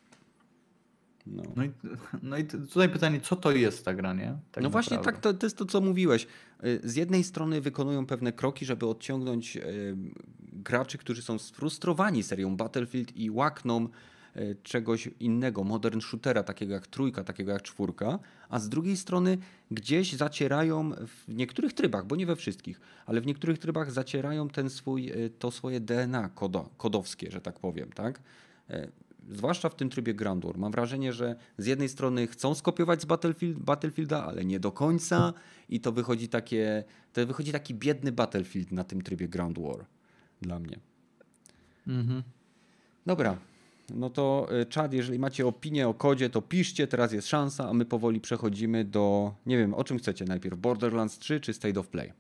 Speaker 2: No i tutaj pytanie, co to jest ta gra, nie? Tak
Speaker 1: no właśnie
Speaker 2: naprawdę.
Speaker 1: tak, to jest to, co mówiłeś. Z jednej strony wykonują pewne kroki, żeby odciągnąć graczy, którzy są sfrustrowani serią Battlefield i łakną czegoś innego, modern shootera, takiego jak 3, takiego jak 4, a z drugiej strony gdzieś zacierają w niektórych trybach, bo nie we wszystkich, ale w niektórych trybach zacierają to swoje DNA kodowskie, że tak powiem, tak? Zwłaszcza w tym trybie Grand War. Mam wrażenie, że z jednej strony chcą skopiować z Battlefielda, ale nie do końca i to wychodzi taki biedny Battlefield na tym trybie Grand War dla mnie. Dobra, no to czat, jeżeli macie opinię o kodzie, to piszcie, teraz jest szansa, a my powoli przechodzimy do, nie wiem, o czym chcecie najpierw, Borderlands 3 czy State of Play?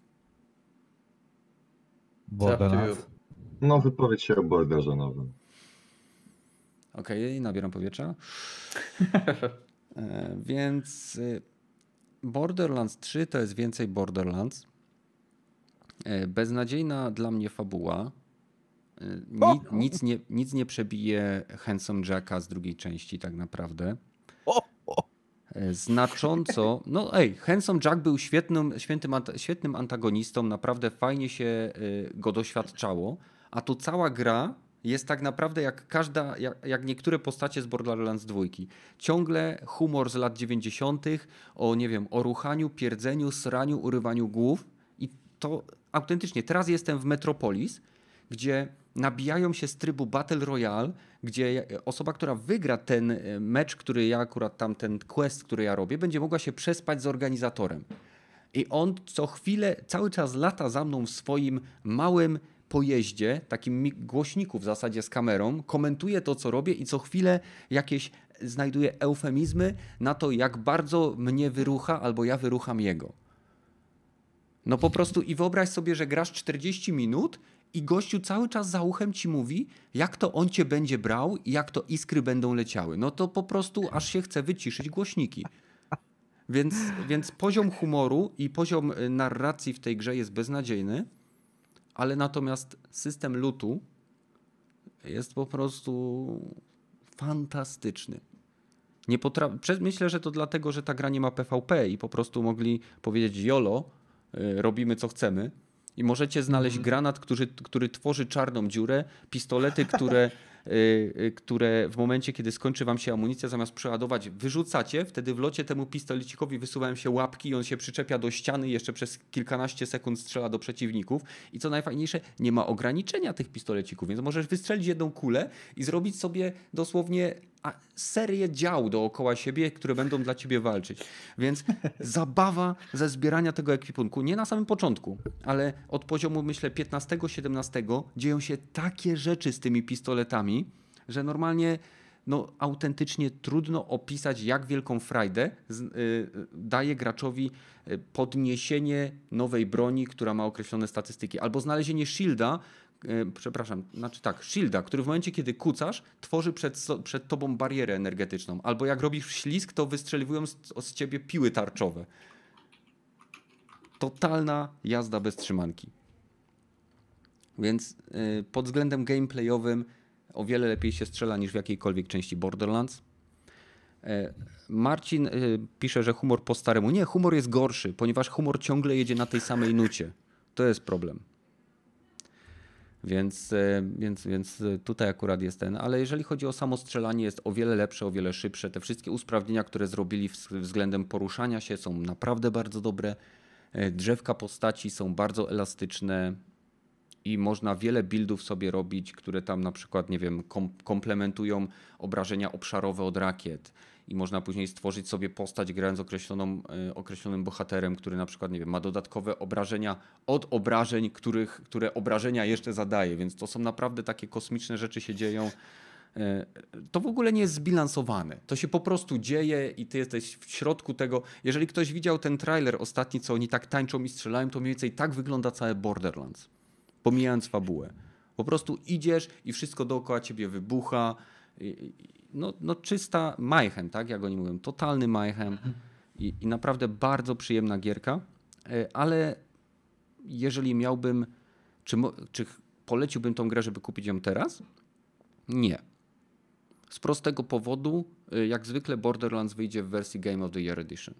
Speaker 4: Borderlands.
Speaker 3: No wypowiedź się o Borderze nowym.
Speaker 1: Okej, nabieram powietrza. Więc Borderlands 3 to jest więcej Borderlands. Beznadziejna dla mnie fabuła. Nic nie przebije Handsome Jacka z drugiej części tak naprawdę. znacząco. No Handsome Jack był świetnym antagonistą, naprawdę fajnie się go doświadczało, a tu cała gra jest tak naprawdę jak niektóre postacie z Borderlands 2. Ciągle humor z lat 90. o ruchaniu, pierdzeniu, sraniu, urywaniu głów i to autentycznie. Teraz jestem w Metropolis, gdzie nabijają się z trybu Battle Royale, gdzie osoba, która wygra ten mecz, który ja akurat ten quest, który ja robię, będzie mogła się przespać z organizatorem. I on co chwilę cały czas lata za mną w swoim małym pojeździe, takim głośniku w zasadzie z kamerą, komentuje to, co robię i co chwilę jakieś znajduje eufemizmy na to, jak bardzo mnie wyrucha albo ja wyrucham jego. No po prostu i wyobraź sobie, że grasz 40 minut i gościu cały czas za uchem ci mówi, jak to on cię będzie brał i jak to iskry będą leciały. No to po prostu aż się chce wyciszyć głośniki. Więc poziom humoru i poziom narracji w tej grze jest beznadziejny, ale natomiast system lootu jest po prostu fantastyczny. Myślę, że to dlatego, że ta gra nie ma PvP i po prostu mogli powiedzieć YOLO, robimy co chcemy. I możecie znaleźć granat, który tworzy czarną dziurę, pistolety, które w momencie, kiedy skończy wam się amunicja, zamiast przeładować, wyrzucacie, wtedy w locie temu pistolecikowi wysuwają się łapki i on się przyczepia do ściany i jeszcze przez kilkanaście sekund strzela do przeciwników. I co najfajniejsze, nie ma ograniczenia tych pistolecików, więc możesz wystrzelić jedną kulę i zrobić sobie dosłownie serię dział dookoła siebie, które będą dla ciebie walczyć. Więc zabawa ze zbierania tego ekwipunku, nie na samym początku, ale od poziomu myślę 15-17 dzieją się takie rzeczy z tymi pistoletami, że normalnie autentycznie trudno opisać, jak wielką frajdę daje graczowi podniesienie nowej broni, która ma określone statystyki, albo znalezienie shielda, shielda, który w momencie, kiedy kucasz, tworzy przed tobą barierę energetyczną. Albo jak robisz ślizg, to wystrzeliwują z ciebie piły tarczowe. Totalna jazda bez trzymanki. Więc pod względem gameplayowym o wiele lepiej się strzela niż w jakiejkolwiek części Borderlands. Marcin pisze, że humor po staremu. Nie, humor jest gorszy, ponieważ humor ciągle jedzie na tej samej nucie. To jest problem. Więc tutaj akurat jest ale jeżeli chodzi o samo strzelanie, jest o wiele lepsze, o wiele szybsze. Te wszystkie usprawnienia, które zrobili względem poruszania się, są naprawdę bardzo dobre. Drzewka postaci są bardzo elastyczne i można wiele buildów sobie robić, które tam na przykład, nie wiem, komplementują obrażenia obszarowe od rakiet. I można później stworzyć sobie postać grając określonym bohaterem, który na przykład, nie wiem, ma dodatkowe obrażenia od obrażeń, które obrażenia jeszcze zadaje. Więc to są naprawdę takie kosmiczne rzeczy się dzieją. To w ogóle nie jest zbilansowane. To się po prostu dzieje i ty jesteś w środku tego. Jeżeli ktoś widział ten trailer ostatni, co oni tak tańczą i strzelają, to mniej więcej tak wygląda całe Borderlands. Pomijając fabułę. Po prostu idziesz i wszystko dookoła ciebie wybucha. No czysta mayhem, tak jak oni mówią. Totalny mayhem. I naprawdę bardzo przyjemna gierka. Ale jeżeli miałbym... Czy poleciłbym tą grę, żeby kupić ją teraz? Nie. Z prostego powodu, jak zwykle Borderlands wyjdzie w wersji Game of the Year Edition.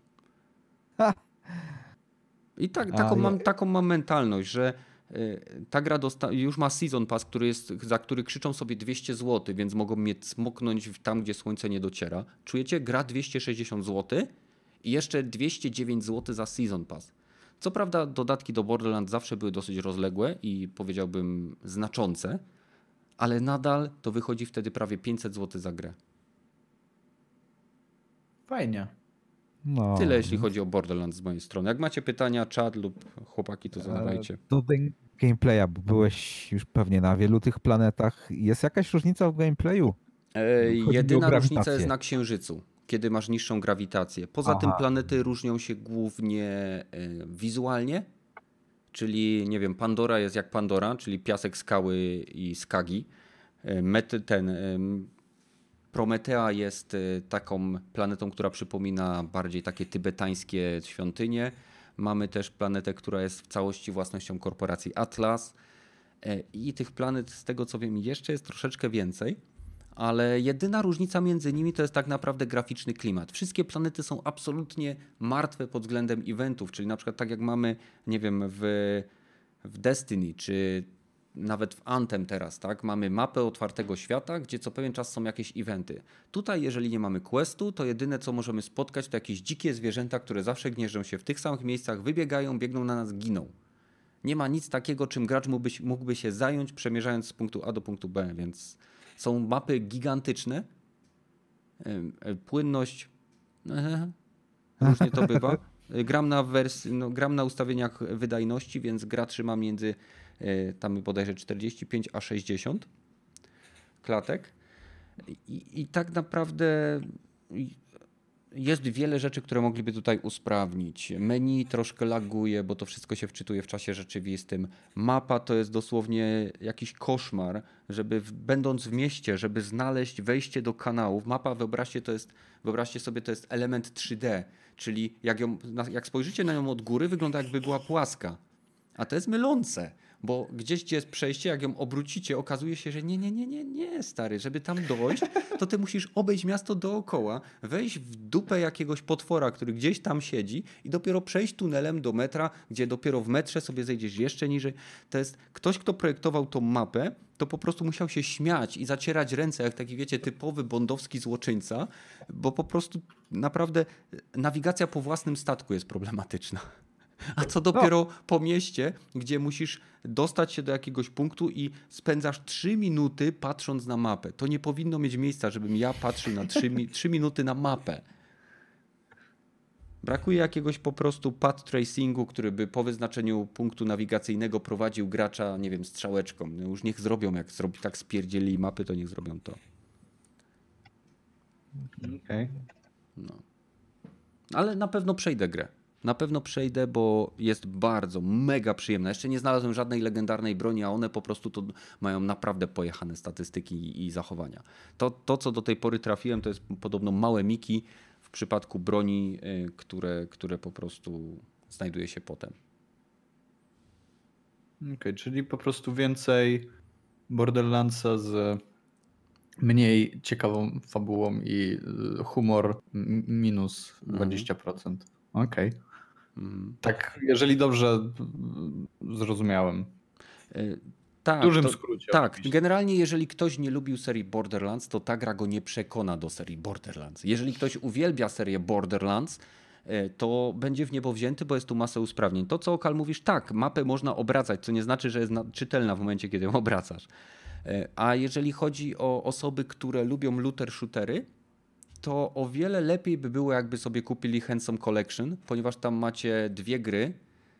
Speaker 1: I taką mam mentalność, że ta gra już ma Season Pass, za który krzyczą sobie 200 zł, więc mogą mnie smoknąć tam, gdzie słońce nie dociera. Czujecie? Gra 260 zł i jeszcze 209 zł za Season Pass. Co prawda dodatki do Borderlands zawsze były dosyć rozległe i powiedziałbym znaczące, ale nadal to wychodzi wtedy prawie 500 zł za grę.
Speaker 2: Fajnie.
Speaker 4: No.
Speaker 1: Tyle jeśli chodzi o Borderlands z mojej strony. Jak macie pytania, czat lub chłopaki, to zadawajcie.
Speaker 4: Do gameplaya, bo byłeś już pewnie na wielu tych planetach. Jest jakaś różnica w gameplayu?
Speaker 1: Jedyna różnica jest na Księżycu, kiedy masz niższą grawitację. Poza tym planety różnią się głównie wizualnie, czyli nie wiem, Pandora jest jak Pandora, czyli piasek, skały i skagi. Prometea jest taką planetą, która przypomina bardziej takie tybetańskie świątynie. Mamy też planetę, która jest w całości własnością korporacji Atlas. I tych planet, z tego co wiem, jeszcze jest troszeczkę więcej, ale jedyna różnica między nimi to jest tak naprawdę graficzny klimat. Wszystkie planety są absolutnie martwe pod względem eventów, czyli na przykład tak jak mamy, nie wiem, w Destiny, czy nawet w Anthem teraz, tak? Mamy mapę otwartego świata, gdzie co pewien czas są jakieś eventy. Tutaj, jeżeli nie mamy questu, to jedyne co możemy spotkać, to jakieś dzikie zwierzęta, które zawsze gnieżdżą się w tych samych miejscach, wybiegają, biegną na nas, giną. Nie ma nic takiego, czym gracz mógłby się zająć, przemierzając z punktu A do punktu B, więc są mapy gigantyczne. Płynność, różnie to bywa. Gram na ustawieniach wydajności, więc gra trzyma między tam bodajże 45 a 60 klatek. I tak naprawdę jest wiele rzeczy, które mogliby tutaj usprawnić. Menu troszkę laguje, bo to wszystko się wczytuje w czasie rzeczywistym. Mapa to jest dosłownie jakiś koszmar, żeby będąc w mieście, żeby znaleźć wejście do kanałów. Mapa, wyobraźcie sobie, to jest element 3D, czyli jak spojrzycie na nią od góry, wygląda jakby była płaska. A to jest mylące, bo gdzie jest przejście, jak ją obrócicie, okazuje się, że nie, stary, żeby tam dojść, to ty musisz obejść miasto dookoła, wejść w dupę jakiegoś potwora, który gdzieś tam siedzi i dopiero przejść tunelem do metra, gdzie dopiero w metrze sobie zejdziesz jeszcze niżej. To jest ktoś, kto projektował tą mapę, to po prostu musiał się śmiać i zacierać ręce, jak taki, wiecie, typowy bondowski złoczyńca, bo po prostu naprawdę nawigacja po własnym statku jest problematyczna. A co dopiero po mieście, gdzie musisz dostać się do jakiegoś punktu i spędzasz 3 minuty patrząc na mapę. To nie powinno mieć miejsca, żebym ja patrzył na 3 minuty na mapę. Brakuje jakiegoś po prostu path tracingu, który by po wyznaczeniu punktu nawigacyjnego prowadził gracza, nie wiem, strzałeczką. No już niech zrobią, jak tak spierdzieli mapy, to niech zrobią to.
Speaker 2: Okej.
Speaker 1: No. Ale na pewno przejdę grę. Na pewno przejdę, bo jest bardzo, mega przyjemna. Jeszcze nie znalazłem żadnej legendarnej broni, a one po prostu to mają naprawdę pojechane statystyki i zachowania. To, co do tej pory trafiłem, to jest podobno małe miki w przypadku broni, które po prostu znajduje się potem.
Speaker 2: Okej, czyli po prostu więcej Borderlandsa z mniej ciekawą fabułą i humor minus 20%. Okej. Tak, jeżeli dobrze zrozumiałem.
Speaker 1: Tak,
Speaker 2: W dużym skrócie.
Speaker 1: Tak,
Speaker 2: oczywiście.
Speaker 1: generalnie jeżeli ktoś nie lubił serii Borderlands, to ta gra go nie przekona do serii Borderlands. Jeżeli ktoś uwielbia serię Borderlands, to będzie w niebo wzięty, bo jest tu masę usprawnień. To, co Okal mówisz, tak, mapę można obracać, co nie znaczy, że jest czytelna w momencie, kiedy ją obracasz. A jeżeli chodzi o osoby, które lubią looter-shootery, to o wiele lepiej by było, jakby sobie kupili Handsome Collection, ponieważ tam macie 2 gry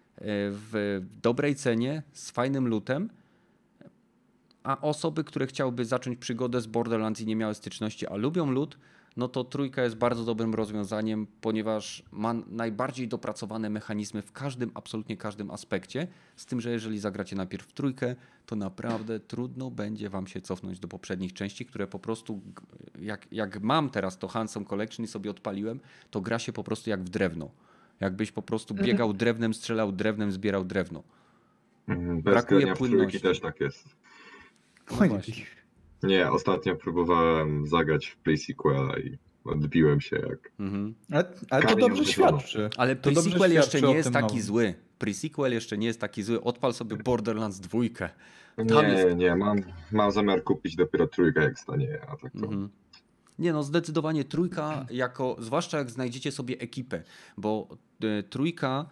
Speaker 1: w dobrej cenie, z fajnym lootem, a osoby, które chciałyby zacząć przygodę z Borderlands i nie miały styczności, a lubią loot, no to 3 jest bardzo dobrym rozwiązaniem, ponieważ ma najbardziej dopracowane mechanizmy w absolutnie każdym aspekcie, z tym, że jeżeli zagracie najpierw w 3, to naprawdę trudno będzie wam się cofnąć do poprzednich części, które po prostu, jak mam teraz to Handsome Collection i sobie odpaliłem, to gra się po prostu jak w drewno. Jakbyś po prostu biegał drewnem, strzelał drewnem, zbierał drewno.
Speaker 3: Brakuje płynności. Też tak jest.
Speaker 1: No właśnie.
Speaker 3: Nie, ostatnio próbowałem zagrać w Pre-sequela i odbiłem się jak...
Speaker 2: Ale to dobrze świadczy.
Speaker 1: Ale Pre-sequel jeszcze nie jest taki zły. Pre-sequel jeszcze nie jest taki zły. Odpal sobie Borderlands 2.
Speaker 3: Nie, mam zamiar kupić dopiero 3, jak stanie, a tak to...
Speaker 1: Nie no, zdecydowanie 3, zwłaszcza jak znajdziecie sobie ekipę, bo 3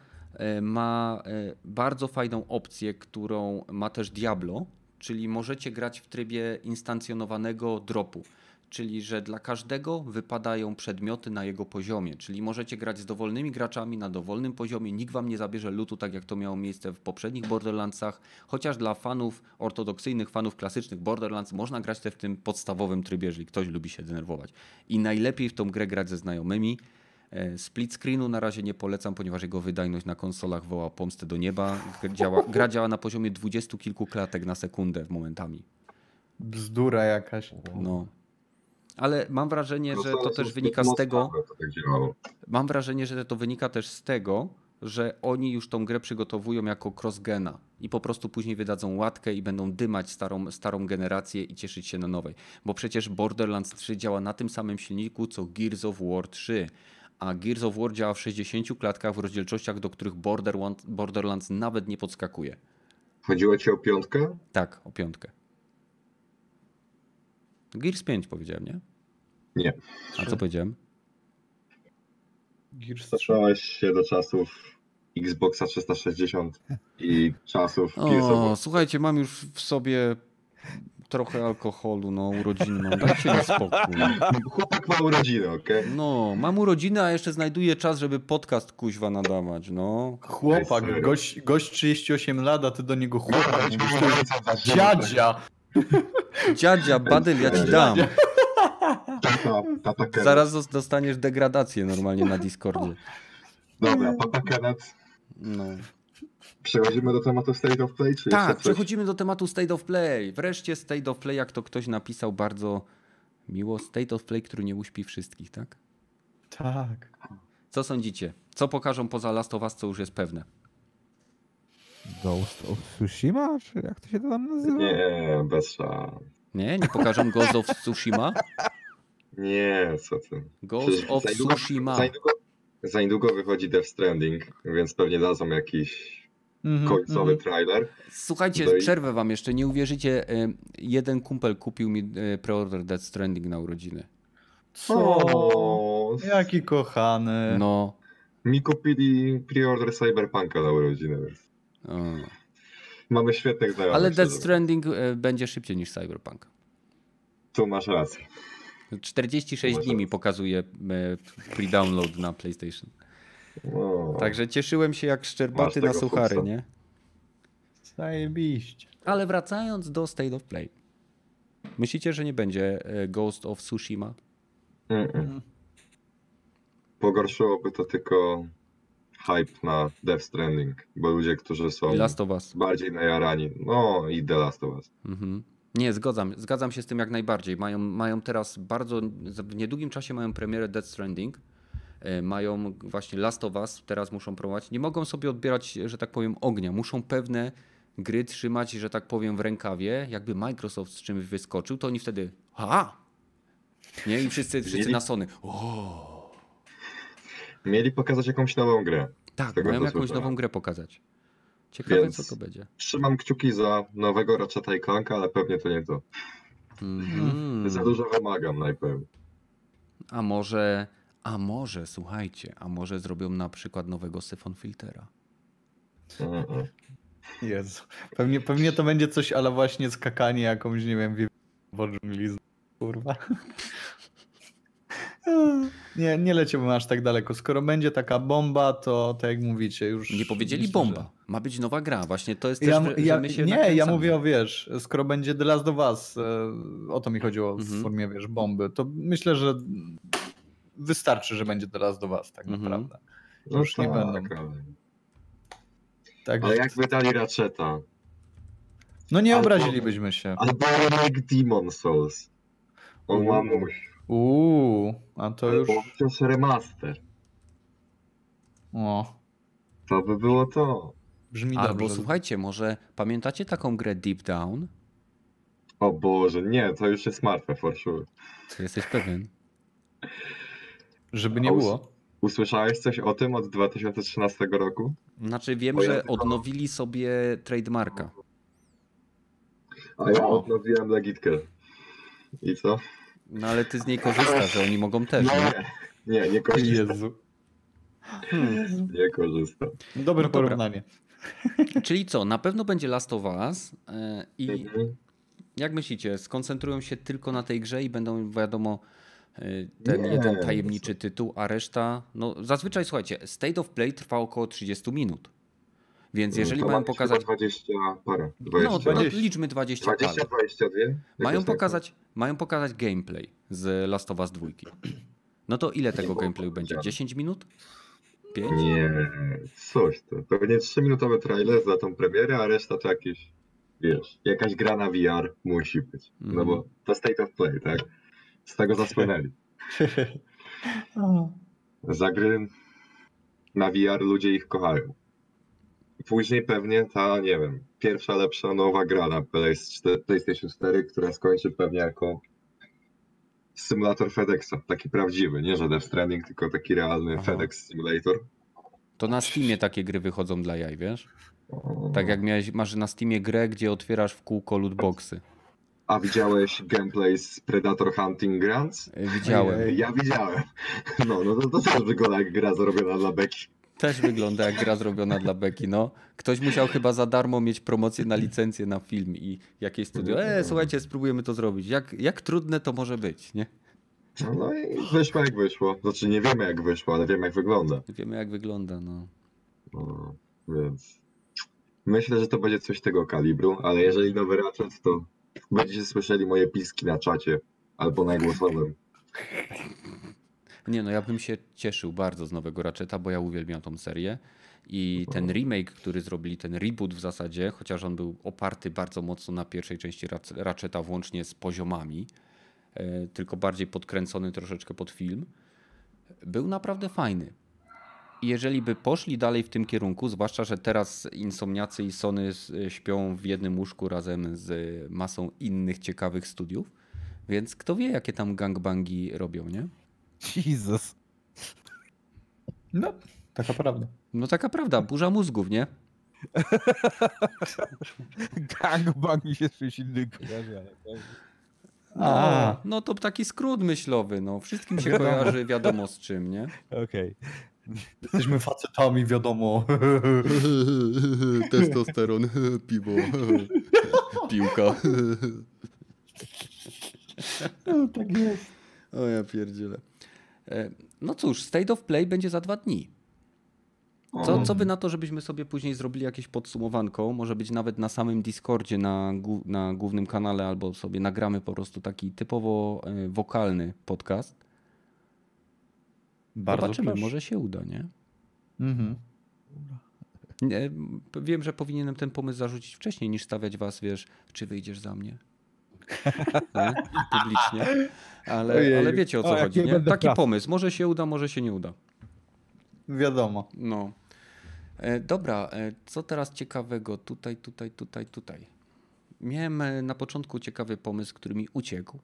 Speaker 1: ma bardzo fajną opcję, którą ma też Diablo, czyli możecie grać w trybie instancjonowanego dropu, czyli że dla każdego wypadają przedmioty na jego poziomie, czyli możecie grać z dowolnymi graczami na dowolnym poziomie, nikt wam nie zabierze lootu, tak jak to miało miejsce w poprzednich Borderlandsach, chociaż dla fanów ortodoksyjnych, fanów klasycznych Borderlands można grać też w tym podstawowym trybie, jeżeli ktoś lubi się denerwować. I najlepiej w tą grę grać ze znajomymi. Split screenu na razie nie polecam, ponieważ jego wydajność na konsolach woła pomstę do nieba. Gra działa na poziomie 20 kilku klatek na sekundę momentami.
Speaker 2: Bzdura jakaś.
Speaker 1: No. Ale mam wrażenie, że to też wynika z tego. Mam wrażenie, że to wynika też z tego, że oni już tą grę przygotowują jako cross-gena i po prostu później wydadzą łatkę i będą dymać starą generację i cieszyć się na nowej. Bo przecież Borderlands 3 działa na tym samym silniku co Gears of War 3, a Gears of War działa w 60 klatkach w rozdzielczościach, do których Borderlands nawet nie podskakuje.
Speaker 3: Chodziło ci o 5?
Speaker 1: Tak, o 5. Gears 5 powiedziałem, nie?
Speaker 3: Nie.
Speaker 1: A co powiedziałem?
Speaker 2: Gears 3.
Speaker 3: Cofnąłeś się do czasów Xboxa 360 i czasów Gears of War.
Speaker 1: Słuchajcie, mam już w sobie trochę alkoholu, no urodziny mam, dajcie mi spokój.
Speaker 3: Chłopak ma urodziny, okej?
Speaker 1: No, mam urodziny, a jeszcze znajduję czas, żeby podcast kuźwa nadawać, no.
Speaker 2: Chłopak,
Speaker 3: Ej,
Speaker 2: gość 38 lat, a ty do niego chłopak. Mówisz, to jest
Speaker 3: Dziadzia.
Speaker 2: dziadzia.
Speaker 1: Dziadzia, Badyl, ja ci dam.
Speaker 3: Tata Kenneth.
Speaker 1: Zaraz dostaniesz degradację normalnie na Discordzie.
Speaker 3: Dobra, Papa Kenneth.
Speaker 1: No.
Speaker 3: Przechodzimy do tematu State of Play, czy
Speaker 1: Tak,
Speaker 3: jeszcze coś?
Speaker 1: przechodzimy do tematu State of Play. Wreszcie State of Play, jak to ktoś napisał bardzo miło. State of Play, który nie uśpi wszystkich, tak?
Speaker 2: Tak.
Speaker 1: Co sądzicie? Co pokażą poza Last of Us, co już jest pewne?
Speaker 4: Ghost of Tsushima? Czy jak to się tam nazywa?
Speaker 3: Nie, bez szans.
Speaker 1: Nie? Nie pokażą Ghost of Tsushima?
Speaker 3: Nie, co ty.
Speaker 1: Ghost
Speaker 3: Przecież
Speaker 1: of Tsushima.
Speaker 3: Za niedługo wychodzi Death Stranding, więc pewnie dadzą jakiś końcowy trailer.
Speaker 1: Słuchajcie,
Speaker 3: No i-
Speaker 1: przerwę wam jeszcze, nie uwierzycie. Jeden kumpel kupił mi preorder Death Stranding na urodziny.
Speaker 2: Co?
Speaker 3: O,
Speaker 2: Jaki kochany.
Speaker 1: No.
Speaker 3: mi kupili pre-order Cyberpunka na urodziny, więc
Speaker 1: O.
Speaker 3: mamy świetnych znajomych.
Speaker 1: Ale Death
Speaker 3: szczerze.
Speaker 1: Stranding będzie szybciej niż Cyberpunk.
Speaker 3: Tu masz rację.
Speaker 1: 46 dni mi pokazuje pre-download na PlayStation.
Speaker 3: O,
Speaker 1: Także cieszyłem się jak szczerbaty
Speaker 3: Masz
Speaker 1: na
Speaker 3: tego
Speaker 1: suchary,
Speaker 3: fuksa.
Speaker 1: nie?
Speaker 2: Zajebiście.
Speaker 1: Ale wracając do State of Play. Myślicie, że nie będzie Ghost of Tsushima?
Speaker 3: Mm-mm. Pogorszyłoby to tylko hype na Death Stranding, bo ludzie, którzy są
Speaker 1: I Last of Us.
Speaker 3: bardziej najarani, no i The Last of Us.
Speaker 1: Mhm. Nie, zgadzam się z tym jak najbardziej. Mają teraz w niedługim czasie mają premierę Death Stranding. Mają właśnie Last of Us, teraz muszą promować. Nie mogą sobie odbierać, że tak powiem, ognia. Muszą pewne gry trzymać, że tak powiem, w rękawie. Jakby Microsoft z czymś wyskoczył, to oni wtedy nie? I wszyscy na Sony.
Speaker 3: Mieli pokazać jakąś nową grę.
Speaker 1: Tak,
Speaker 3: tego,
Speaker 1: mają
Speaker 3: co
Speaker 1: jakąś
Speaker 3: słyszałem.
Speaker 1: nową grę pokazać. Ciekawe,
Speaker 3: Więc-
Speaker 1: co to będzie.
Speaker 3: Trzymam kciuki za nowego Ratcheta i Clanka, ale pewnie to nie to.
Speaker 1: Mhm.
Speaker 3: Za dużo wymagam najpewniej.
Speaker 1: A może, słuchajcie, zrobią na przykład nowego Syphon Filtera.
Speaker 3: Mm-mm.
Speaker 2: Jezu. Pewnie to będzie coś, ale właśnie skakanie jakąś, nie wiem, w dżungli. Kurwa. Nie leciałbym aż tak daleko. Skoro będzie taka bomba, to tak jak mówicie, już...
Speaker 1: Nie powiedzieli
Speaker 2: myślę,
Speaker 1: bomba. Ma być nowa gra. Właśnie to jest też,
Speaker 2: Ja,
Speaker 1: że my się
Speaker 2: nie, ja
Speaker 1: nakręcamy.
Speaker 2: mówię o, wiesz, skoro będzie The Last of Us, o to mi chodziło
Speaker 1: Mhm.
Speaker 2: w formie, wiesz, bomby, to myślę, że wystarczy, że będzie The Last of Us tak
Speaker 1: Mhm.
Speaker 2: naprawdę.
Speaker 3: No
Speaker 2: Już nie
Speaker 3: tak,
Speaker 2: będą.
Speaker 3: ale
Speaker 2: Tak,
Speaker 3: jakby dali Ratcheta,
Speaker 2: no nie
Speaker 3: albo-
Speaker 2: obrazilibyśmy się.
Speaker 3: albo remake Demon Souls. O mamuś.
Speaker 2: A to już...
Speaker 3: Albo wciąż remaster.
Speaker 2: O,
Speaker 3: To by było to.
Speaker 2: brzmi
Speaker 1: Albo
Speaker 2: dobrze.
Speaker 1: słuchajcie, może pamiętacie taką grę Deep Down?
Speaker 3: O Boże, nie, to już jest martwe for sure.
Speaker 1: Czy jesteś pewien?
Speaker 2: Żeby nie było.
Speaker 3: Usłyszałeś coś o tym od 2013 roku?
Speaker 1: Znaczy wiem,
Speaker 3: Bo ja
Speaker 1: że
Speaker 3: tylko-
Speaker 1: odnowili sobie trademarka.
Speaker 3: A ja
Speaker 2: O.
Speaker 3: odnowiłem legitkę. I co?
Speaker 1: No ale ty z niej korzystasz, że oni mogą też, nie?
Speaker 3: Nie korzystam.
Speaker 2: Jezu.
Speaker 3: Nie korzystam.
Speaker 2: Dobre
Speaker 1: No dobra.
Speaker 2: porównanie.
Speaker 1: Czyli co, na pewno będzie Last of Us i
Speaker 3: Mhm.
Speaker 1: jak myślicie, skoncentrują się tylko na tej grze i będą, wiadomo, ten
Speaker 3: Nie.
Speaker 1: jeden tajemniczy tytuł, a reszta, no zazwyczaj słuchajcie, State of Play trwa około 30 minut. Więc jeżeli
Speaker 3: To
Speaker 1: mają
Speaker 3: ma być
Speaker 1: pokazać,
Speaker 3: chyba 20 parę.
Speaker 1: no
Speaker 3: 20.
Speaker 2: 20.
Speaker 1: liczmy 20
Speaker 3: 20,
Speaker 1: parę.
Speaker 3: 22?
Speaker 1: Mają
Speaker 3: Jakoś
Speaker 1: pokazać gameplay z Last of Us 2. No to ile tego
Speaker 3: było
Speaker 1: gameplayu będzie?
Speaker 3: powiedziane.
Speaker 1: 10 minut? 5?
Speaker 3: tak. Nie, coś to. Pewnie 3-minutowy trailer za tą premierę, a reszta to jakieś, wiesz, jakaś gra na VR musi być. No bo to State of Play, tak? Z tego zasłynęli. Za gry na VR ludzie ich kochają. Później pewnie ta, nie wiem, pierwsza lepsza nowa gra na PlayStation 4, która skończy pewnie jako symulator FedExa, taki prawdziwy, nie że Death Stranding, tylko taki realny
Speaker 1: Aha.
Speaker 3: FedEx Simulator.
Speaker 1: To na Steamie takie gry wychodzą dla jaj, wiesz?
Speaker 3: O.
Speaker 1: Tak jak masz na Steamie grę, gdzie otwierasz w kółko lootboxy.
Speaker 3: A widziałeś gameplay z Predator Hunting Grounds?
Speaker 1: Widziałem.
Speaker 3: Ja widziałem. No to też wygląda jak gra zrobiona dla beki.
Speaker 1: Też wygląda jak gra zrobiona dla beki, no. Ktoś musiał chyba za darmo mieć promocję na licencję na film i jakieś studio. Słuchajcie, spróbujemy to zrobić. Jak trudne to może być, nie?
Speaker 3: No i wyszło jak wyszło. Znaczy nie wiemy jak wyszło, ale wiemy jak wygląda.
Speaker 1: Wiemy jak wygląda, no.
Speaker 3: No, więc myślę, że to będzie coś tego kalibru, ale jeżeli nowy Ratchet, to będziecie słyszeli moje piski na czacie albo na głosowym.
Speaker 1: Nie no, ja bym się cieszył bardzo z nowego Ratcheta, bo ja uwielbiam tą serię. I ten remake, który zrobili, ten reboot w zasadzie, chociaż on był oparty bardzo mocno na pierwszej części Ratcheta, włącznie z poziomami, tylko bardziej podkręcony troszeczkę pod film, był naprawdę fajny. I jeżeli by poszli dalej w tym kierunku, zwłaszcza, że teraz Insomniacy i Sony śpią w jednym łóżku razem z masą innych ciekawych studiów, więc kto wie, jakie tam gangbangi robią, nie?
Speaker 4: Jesus.
Speaker 2: No, taka prawda.
Speaker 1: No taka prawda, burza mózgów, nie?
Speaker 4: Gangbang mi się z czymś innym kojarzy, ale...
Speaker 1: No to taki skrót myślowy, no. Wszystkim się kojarzy wiadomo z czym, nie?
Speaker 4: Okej.
Speaker 2: Jesteśmy facetami, wiadomo.
Speaker 1: Testosteron, piwo, piłka.
Speaker 2: No, tak jest.
Speaker 1: O ja pierdzielę. No cóż, State of Play będzie za 2 dni. Co by na to, żebyśmy sobie później zrobili jakieś podsumowanko? Może być nawet na samym Discordzie, na głównym kanale, albo sobie nagramy po prostu taki typowo wokalny podcast.
Speaker 2: Bardzo
Speaker 1: Zobaczymy,
Speaker 2: proszę.
Speaker 1: może się uda, nie?
Speaker 2: Mhm.
Speaker 1: Nie, wiem, że powinienem ten pomysł zarzucić wcześniej, niż stawiać was, wiesz, czy wyjdziesz za mnie. Nie? Publicznie. Ale wiecie o co
Speaker 4: jak
Speaker 1: chodzi,
Speaker 4: nie
Speaker 1: nie?
Speaker 4: będę
Speaker 1: Taki
Speaker 4: praw.
Speaker 1: pomysł. Może się uda, może się nie uda.
Speaker 2: Wiadomo.
Speaker 1: No. Dobra, co teraz ciekawego? Tutaj. Miałem na początku ciekawy pomysł, który mi uciekł.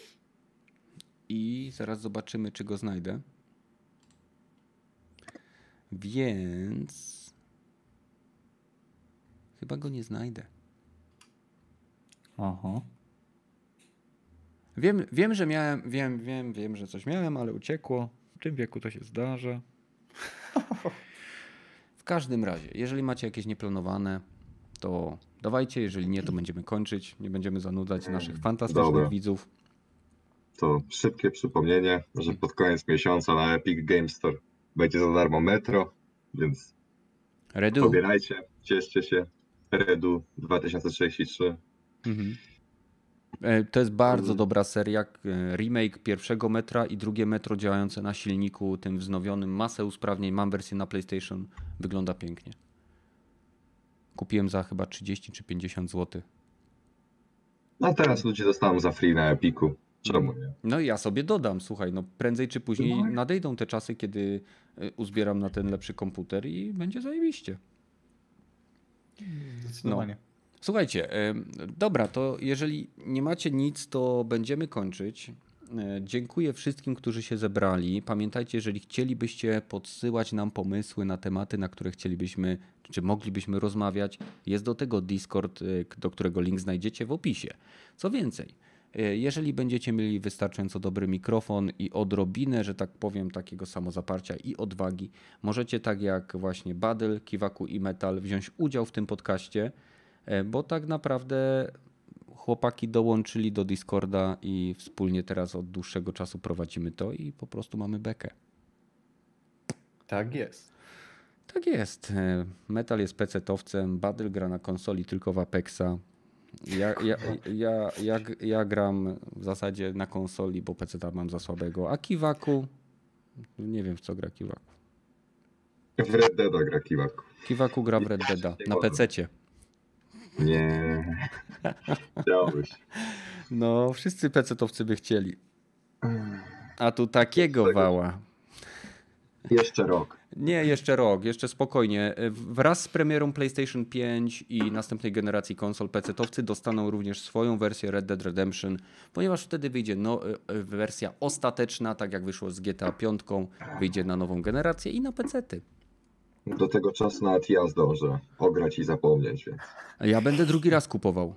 Speaker 1: I zaraz zobaczymy, czy go znajdę. Więc chyba go nie znajdę.
Speaker 2: Aha.
Speaker 1: Wiem, że miałem, wiem, że coś miałem, ale uciekło. W tym wieku to się zdarza. W każdym razie, jeżeli macie jakieś nieplanowane, to dawajcie, jeżeli nie, to będziemy kończyć. Nie będziemy zanudzać naszych fantastycznych
Speaker 3: Dobra.
Speaker 1: widzów.
Speaker 3: To szybkie przypomnienie, że pod koniec miesiąca na Epic Games Store będzie za darmo Metro, więc
Speaker 1: Redu.
Speaker 3: pobierajcie, cieszcie się. Redu 2033.
Speaker 1: Mhm. To jest bardzo dobra seria. Remake pierwszego Metra i drugie Metro działające na silniku tym wznowionym. Masę usprawnień. Mam wersję na PlayStation. Wygląda pięknie. Kupiłem za chyba 30 czy 50 zł.
Speaker 3: No teraz ludzie dostaną za free na Epiku. Czemu nie?
Speaker 1: No i ja sobie dodam, słuchaj, no prędzej czy później
Speaker 3: No.
Speaker 1: nadejdą te czasy, kiedy uzbieram na ten lepszy komputer i będzie zajebiście.
Speaker 2: Zdecydowanie.
Speaker 1: Słuchajcie, dobra, to jeżeli nie macie nic, to będziemy kończyć. Dziękuję wszystkim, którzy się zebrali. Pamiętajcie, jeżeli chcielibyście podsyłać nam pomysły na tematy, na które chcielibyśmy, czy moglibyśmy rozmawiać, jest do tego Discord, do którego link znajdziecie w opisie. Co więcej, jeżeli będziecie mieli wystarczająco dobry mikrofon i odrobinę, że tak powiem, takiego samozaparcia i odwagi, możecie tak jak właśnie Badel, Kiwaku i Metal wziąć udział w tym podcaście, bo tak naprawdę chłopaki dołączyli do Discorda i wspólnie teraz od dłuższego czasu prowadzimy to i po prostu mamy bekę.
Speaker 2: Tak jest.
Speaker 1: Tak jest. Metal jest pecetowcem, Badel gra na konsoli tylko w Apexa. Ja gram w zasadzie na konsoli, bo peceta mam za słabego, a Kiwaku, nie wiem w co gra Kiwaku.
Speaker 3: W Red Deada gra Kiwaku.
Speaker 1: Kiwaku gra w Red Deada na pececie.
Speaker 3: Nie. Chciałbyś.
Speaker 1: No, wszyscy pecetowcy by chcieli. A tu takiego wała.
Speaker 3: Jeszcze rok.
Speaker 1: Nie, jeszcze rok, jeszcze spokojnie. Wraz z premierą PlayStation 5 i następnej generacji konsol PC-towcy dostaną również swoją wersję Red Dead Redemption, ponieważ wtedy wyjdzie wersja ostateczna, tak jak wyszło z GTA 5, wyjdzie na nową generację i na PC-ty.
Speaker 3: Do tego czasu nawet ja zdążę ograć i zapomnieć, więc...
Speaker 1: Ja będę drugi raz kupował.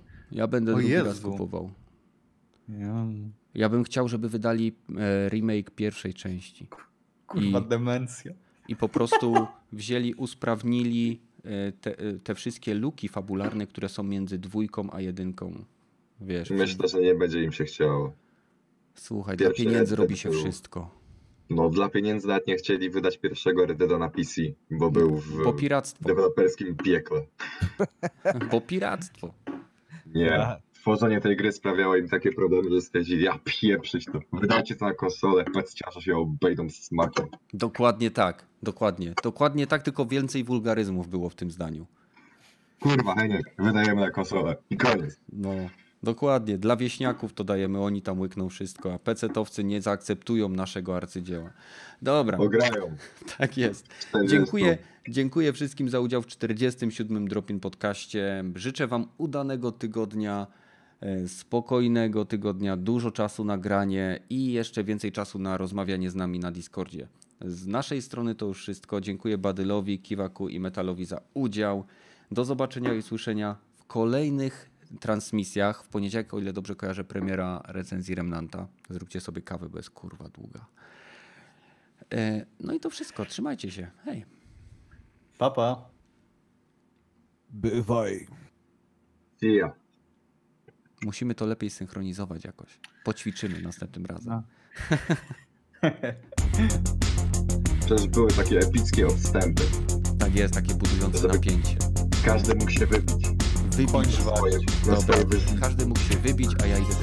Speaker 1: Ja bym chciał, żeby wydali remake pierwszej części.
Speaker 2: Kurwa, demencja.
Speaker 1: I po prostu usprawnili te wszystkie luki fabularne, które są między 2 a 1. Wiesz,
Speaker 3: Myślę, że nie będzie im się chciało.
Speaker 1: słuchaj,
Speaker 3: Pierwszy
Speaker 1: dla pieniędzy
Speaker 3: Red Dead
Speaker 1: robi się
Speaker 3: był-
Speaker 1: wszystko.
Speaker 3: No dla pieniędzy nawet nie chcieli wydać pierwszego Red Deada na PC, bo był w
Speaker 1: Bo piractwo.
Speaker 3: deweloperskim piekle.
Speaker 1: Bo piractwo.
Speaker 3: Nie. Tworzenie tej gry sprawiało im takie problemy, że stwierdzili, ja pieprzyć to. Wydajcie to na konsolę, pecciarze się obejdą z smakiem.
Speaker 1: Dokładnie tak. Dokładnie tak, tylko więcej wulgaryzmów było w tym zdaniu.
Speaker 3: Kurwa, Heniek, wydajemy na konsolę. I koniec.
Speaker 1: No, dokładnie. Dla wieśniaków to dajemy, oni tam łykną wszystko, a PC-towcy nie zaakceptują naszego arcydzieła. Dobra,
Speaker 3: Ograją.
Speaker 1: tak jest.
Speaker 3: 40.
Speaker 1: Dziękuję wszystkim za udział w 47. Drop-in podcaście. Życzę wam udanego tygodnia, spokojnego tygodnia, dużo czasu na granie i jeszcze więcej czasu na rozmawianie z nami na Discordzie. Z naszej strony to już wszystko. Dziękuję Badylowi, Kiwaku i Metalowi za udział. Do zobaczenia i usłyszenia w kolejnych transmisjach. W poniedziałek, o ile dobrze kojarzę, premiera recenzji Remnanta. Zróbcie sobie kawę, bo jest kurwa długa. No i to wszystko. Trzymajcie się. Hej.
Speaker 2: Papa.
Speaker 4: Bywaj.
Speaker 3: See ya.
Speaker 1: Musimy to lepiej synchronizować jakoś. Poćwiczymy następnym razem.
Speaker 3: Przecież były takie epickie odstępy.
Speaker 1: Tak jest, takie budujące
Speaker 3: Żeby-
Speaker 1: napięcie.
Speaker 3: Każdy mógł się wybić.
Speaker 1: Wybić.
Speaker 2: Bądź
Speaker 3: Na
Speaker 1: Dobra,
Speaker 3: swoje wyżynki.
Speaker 1: każdy mógł się wybić, a ja idę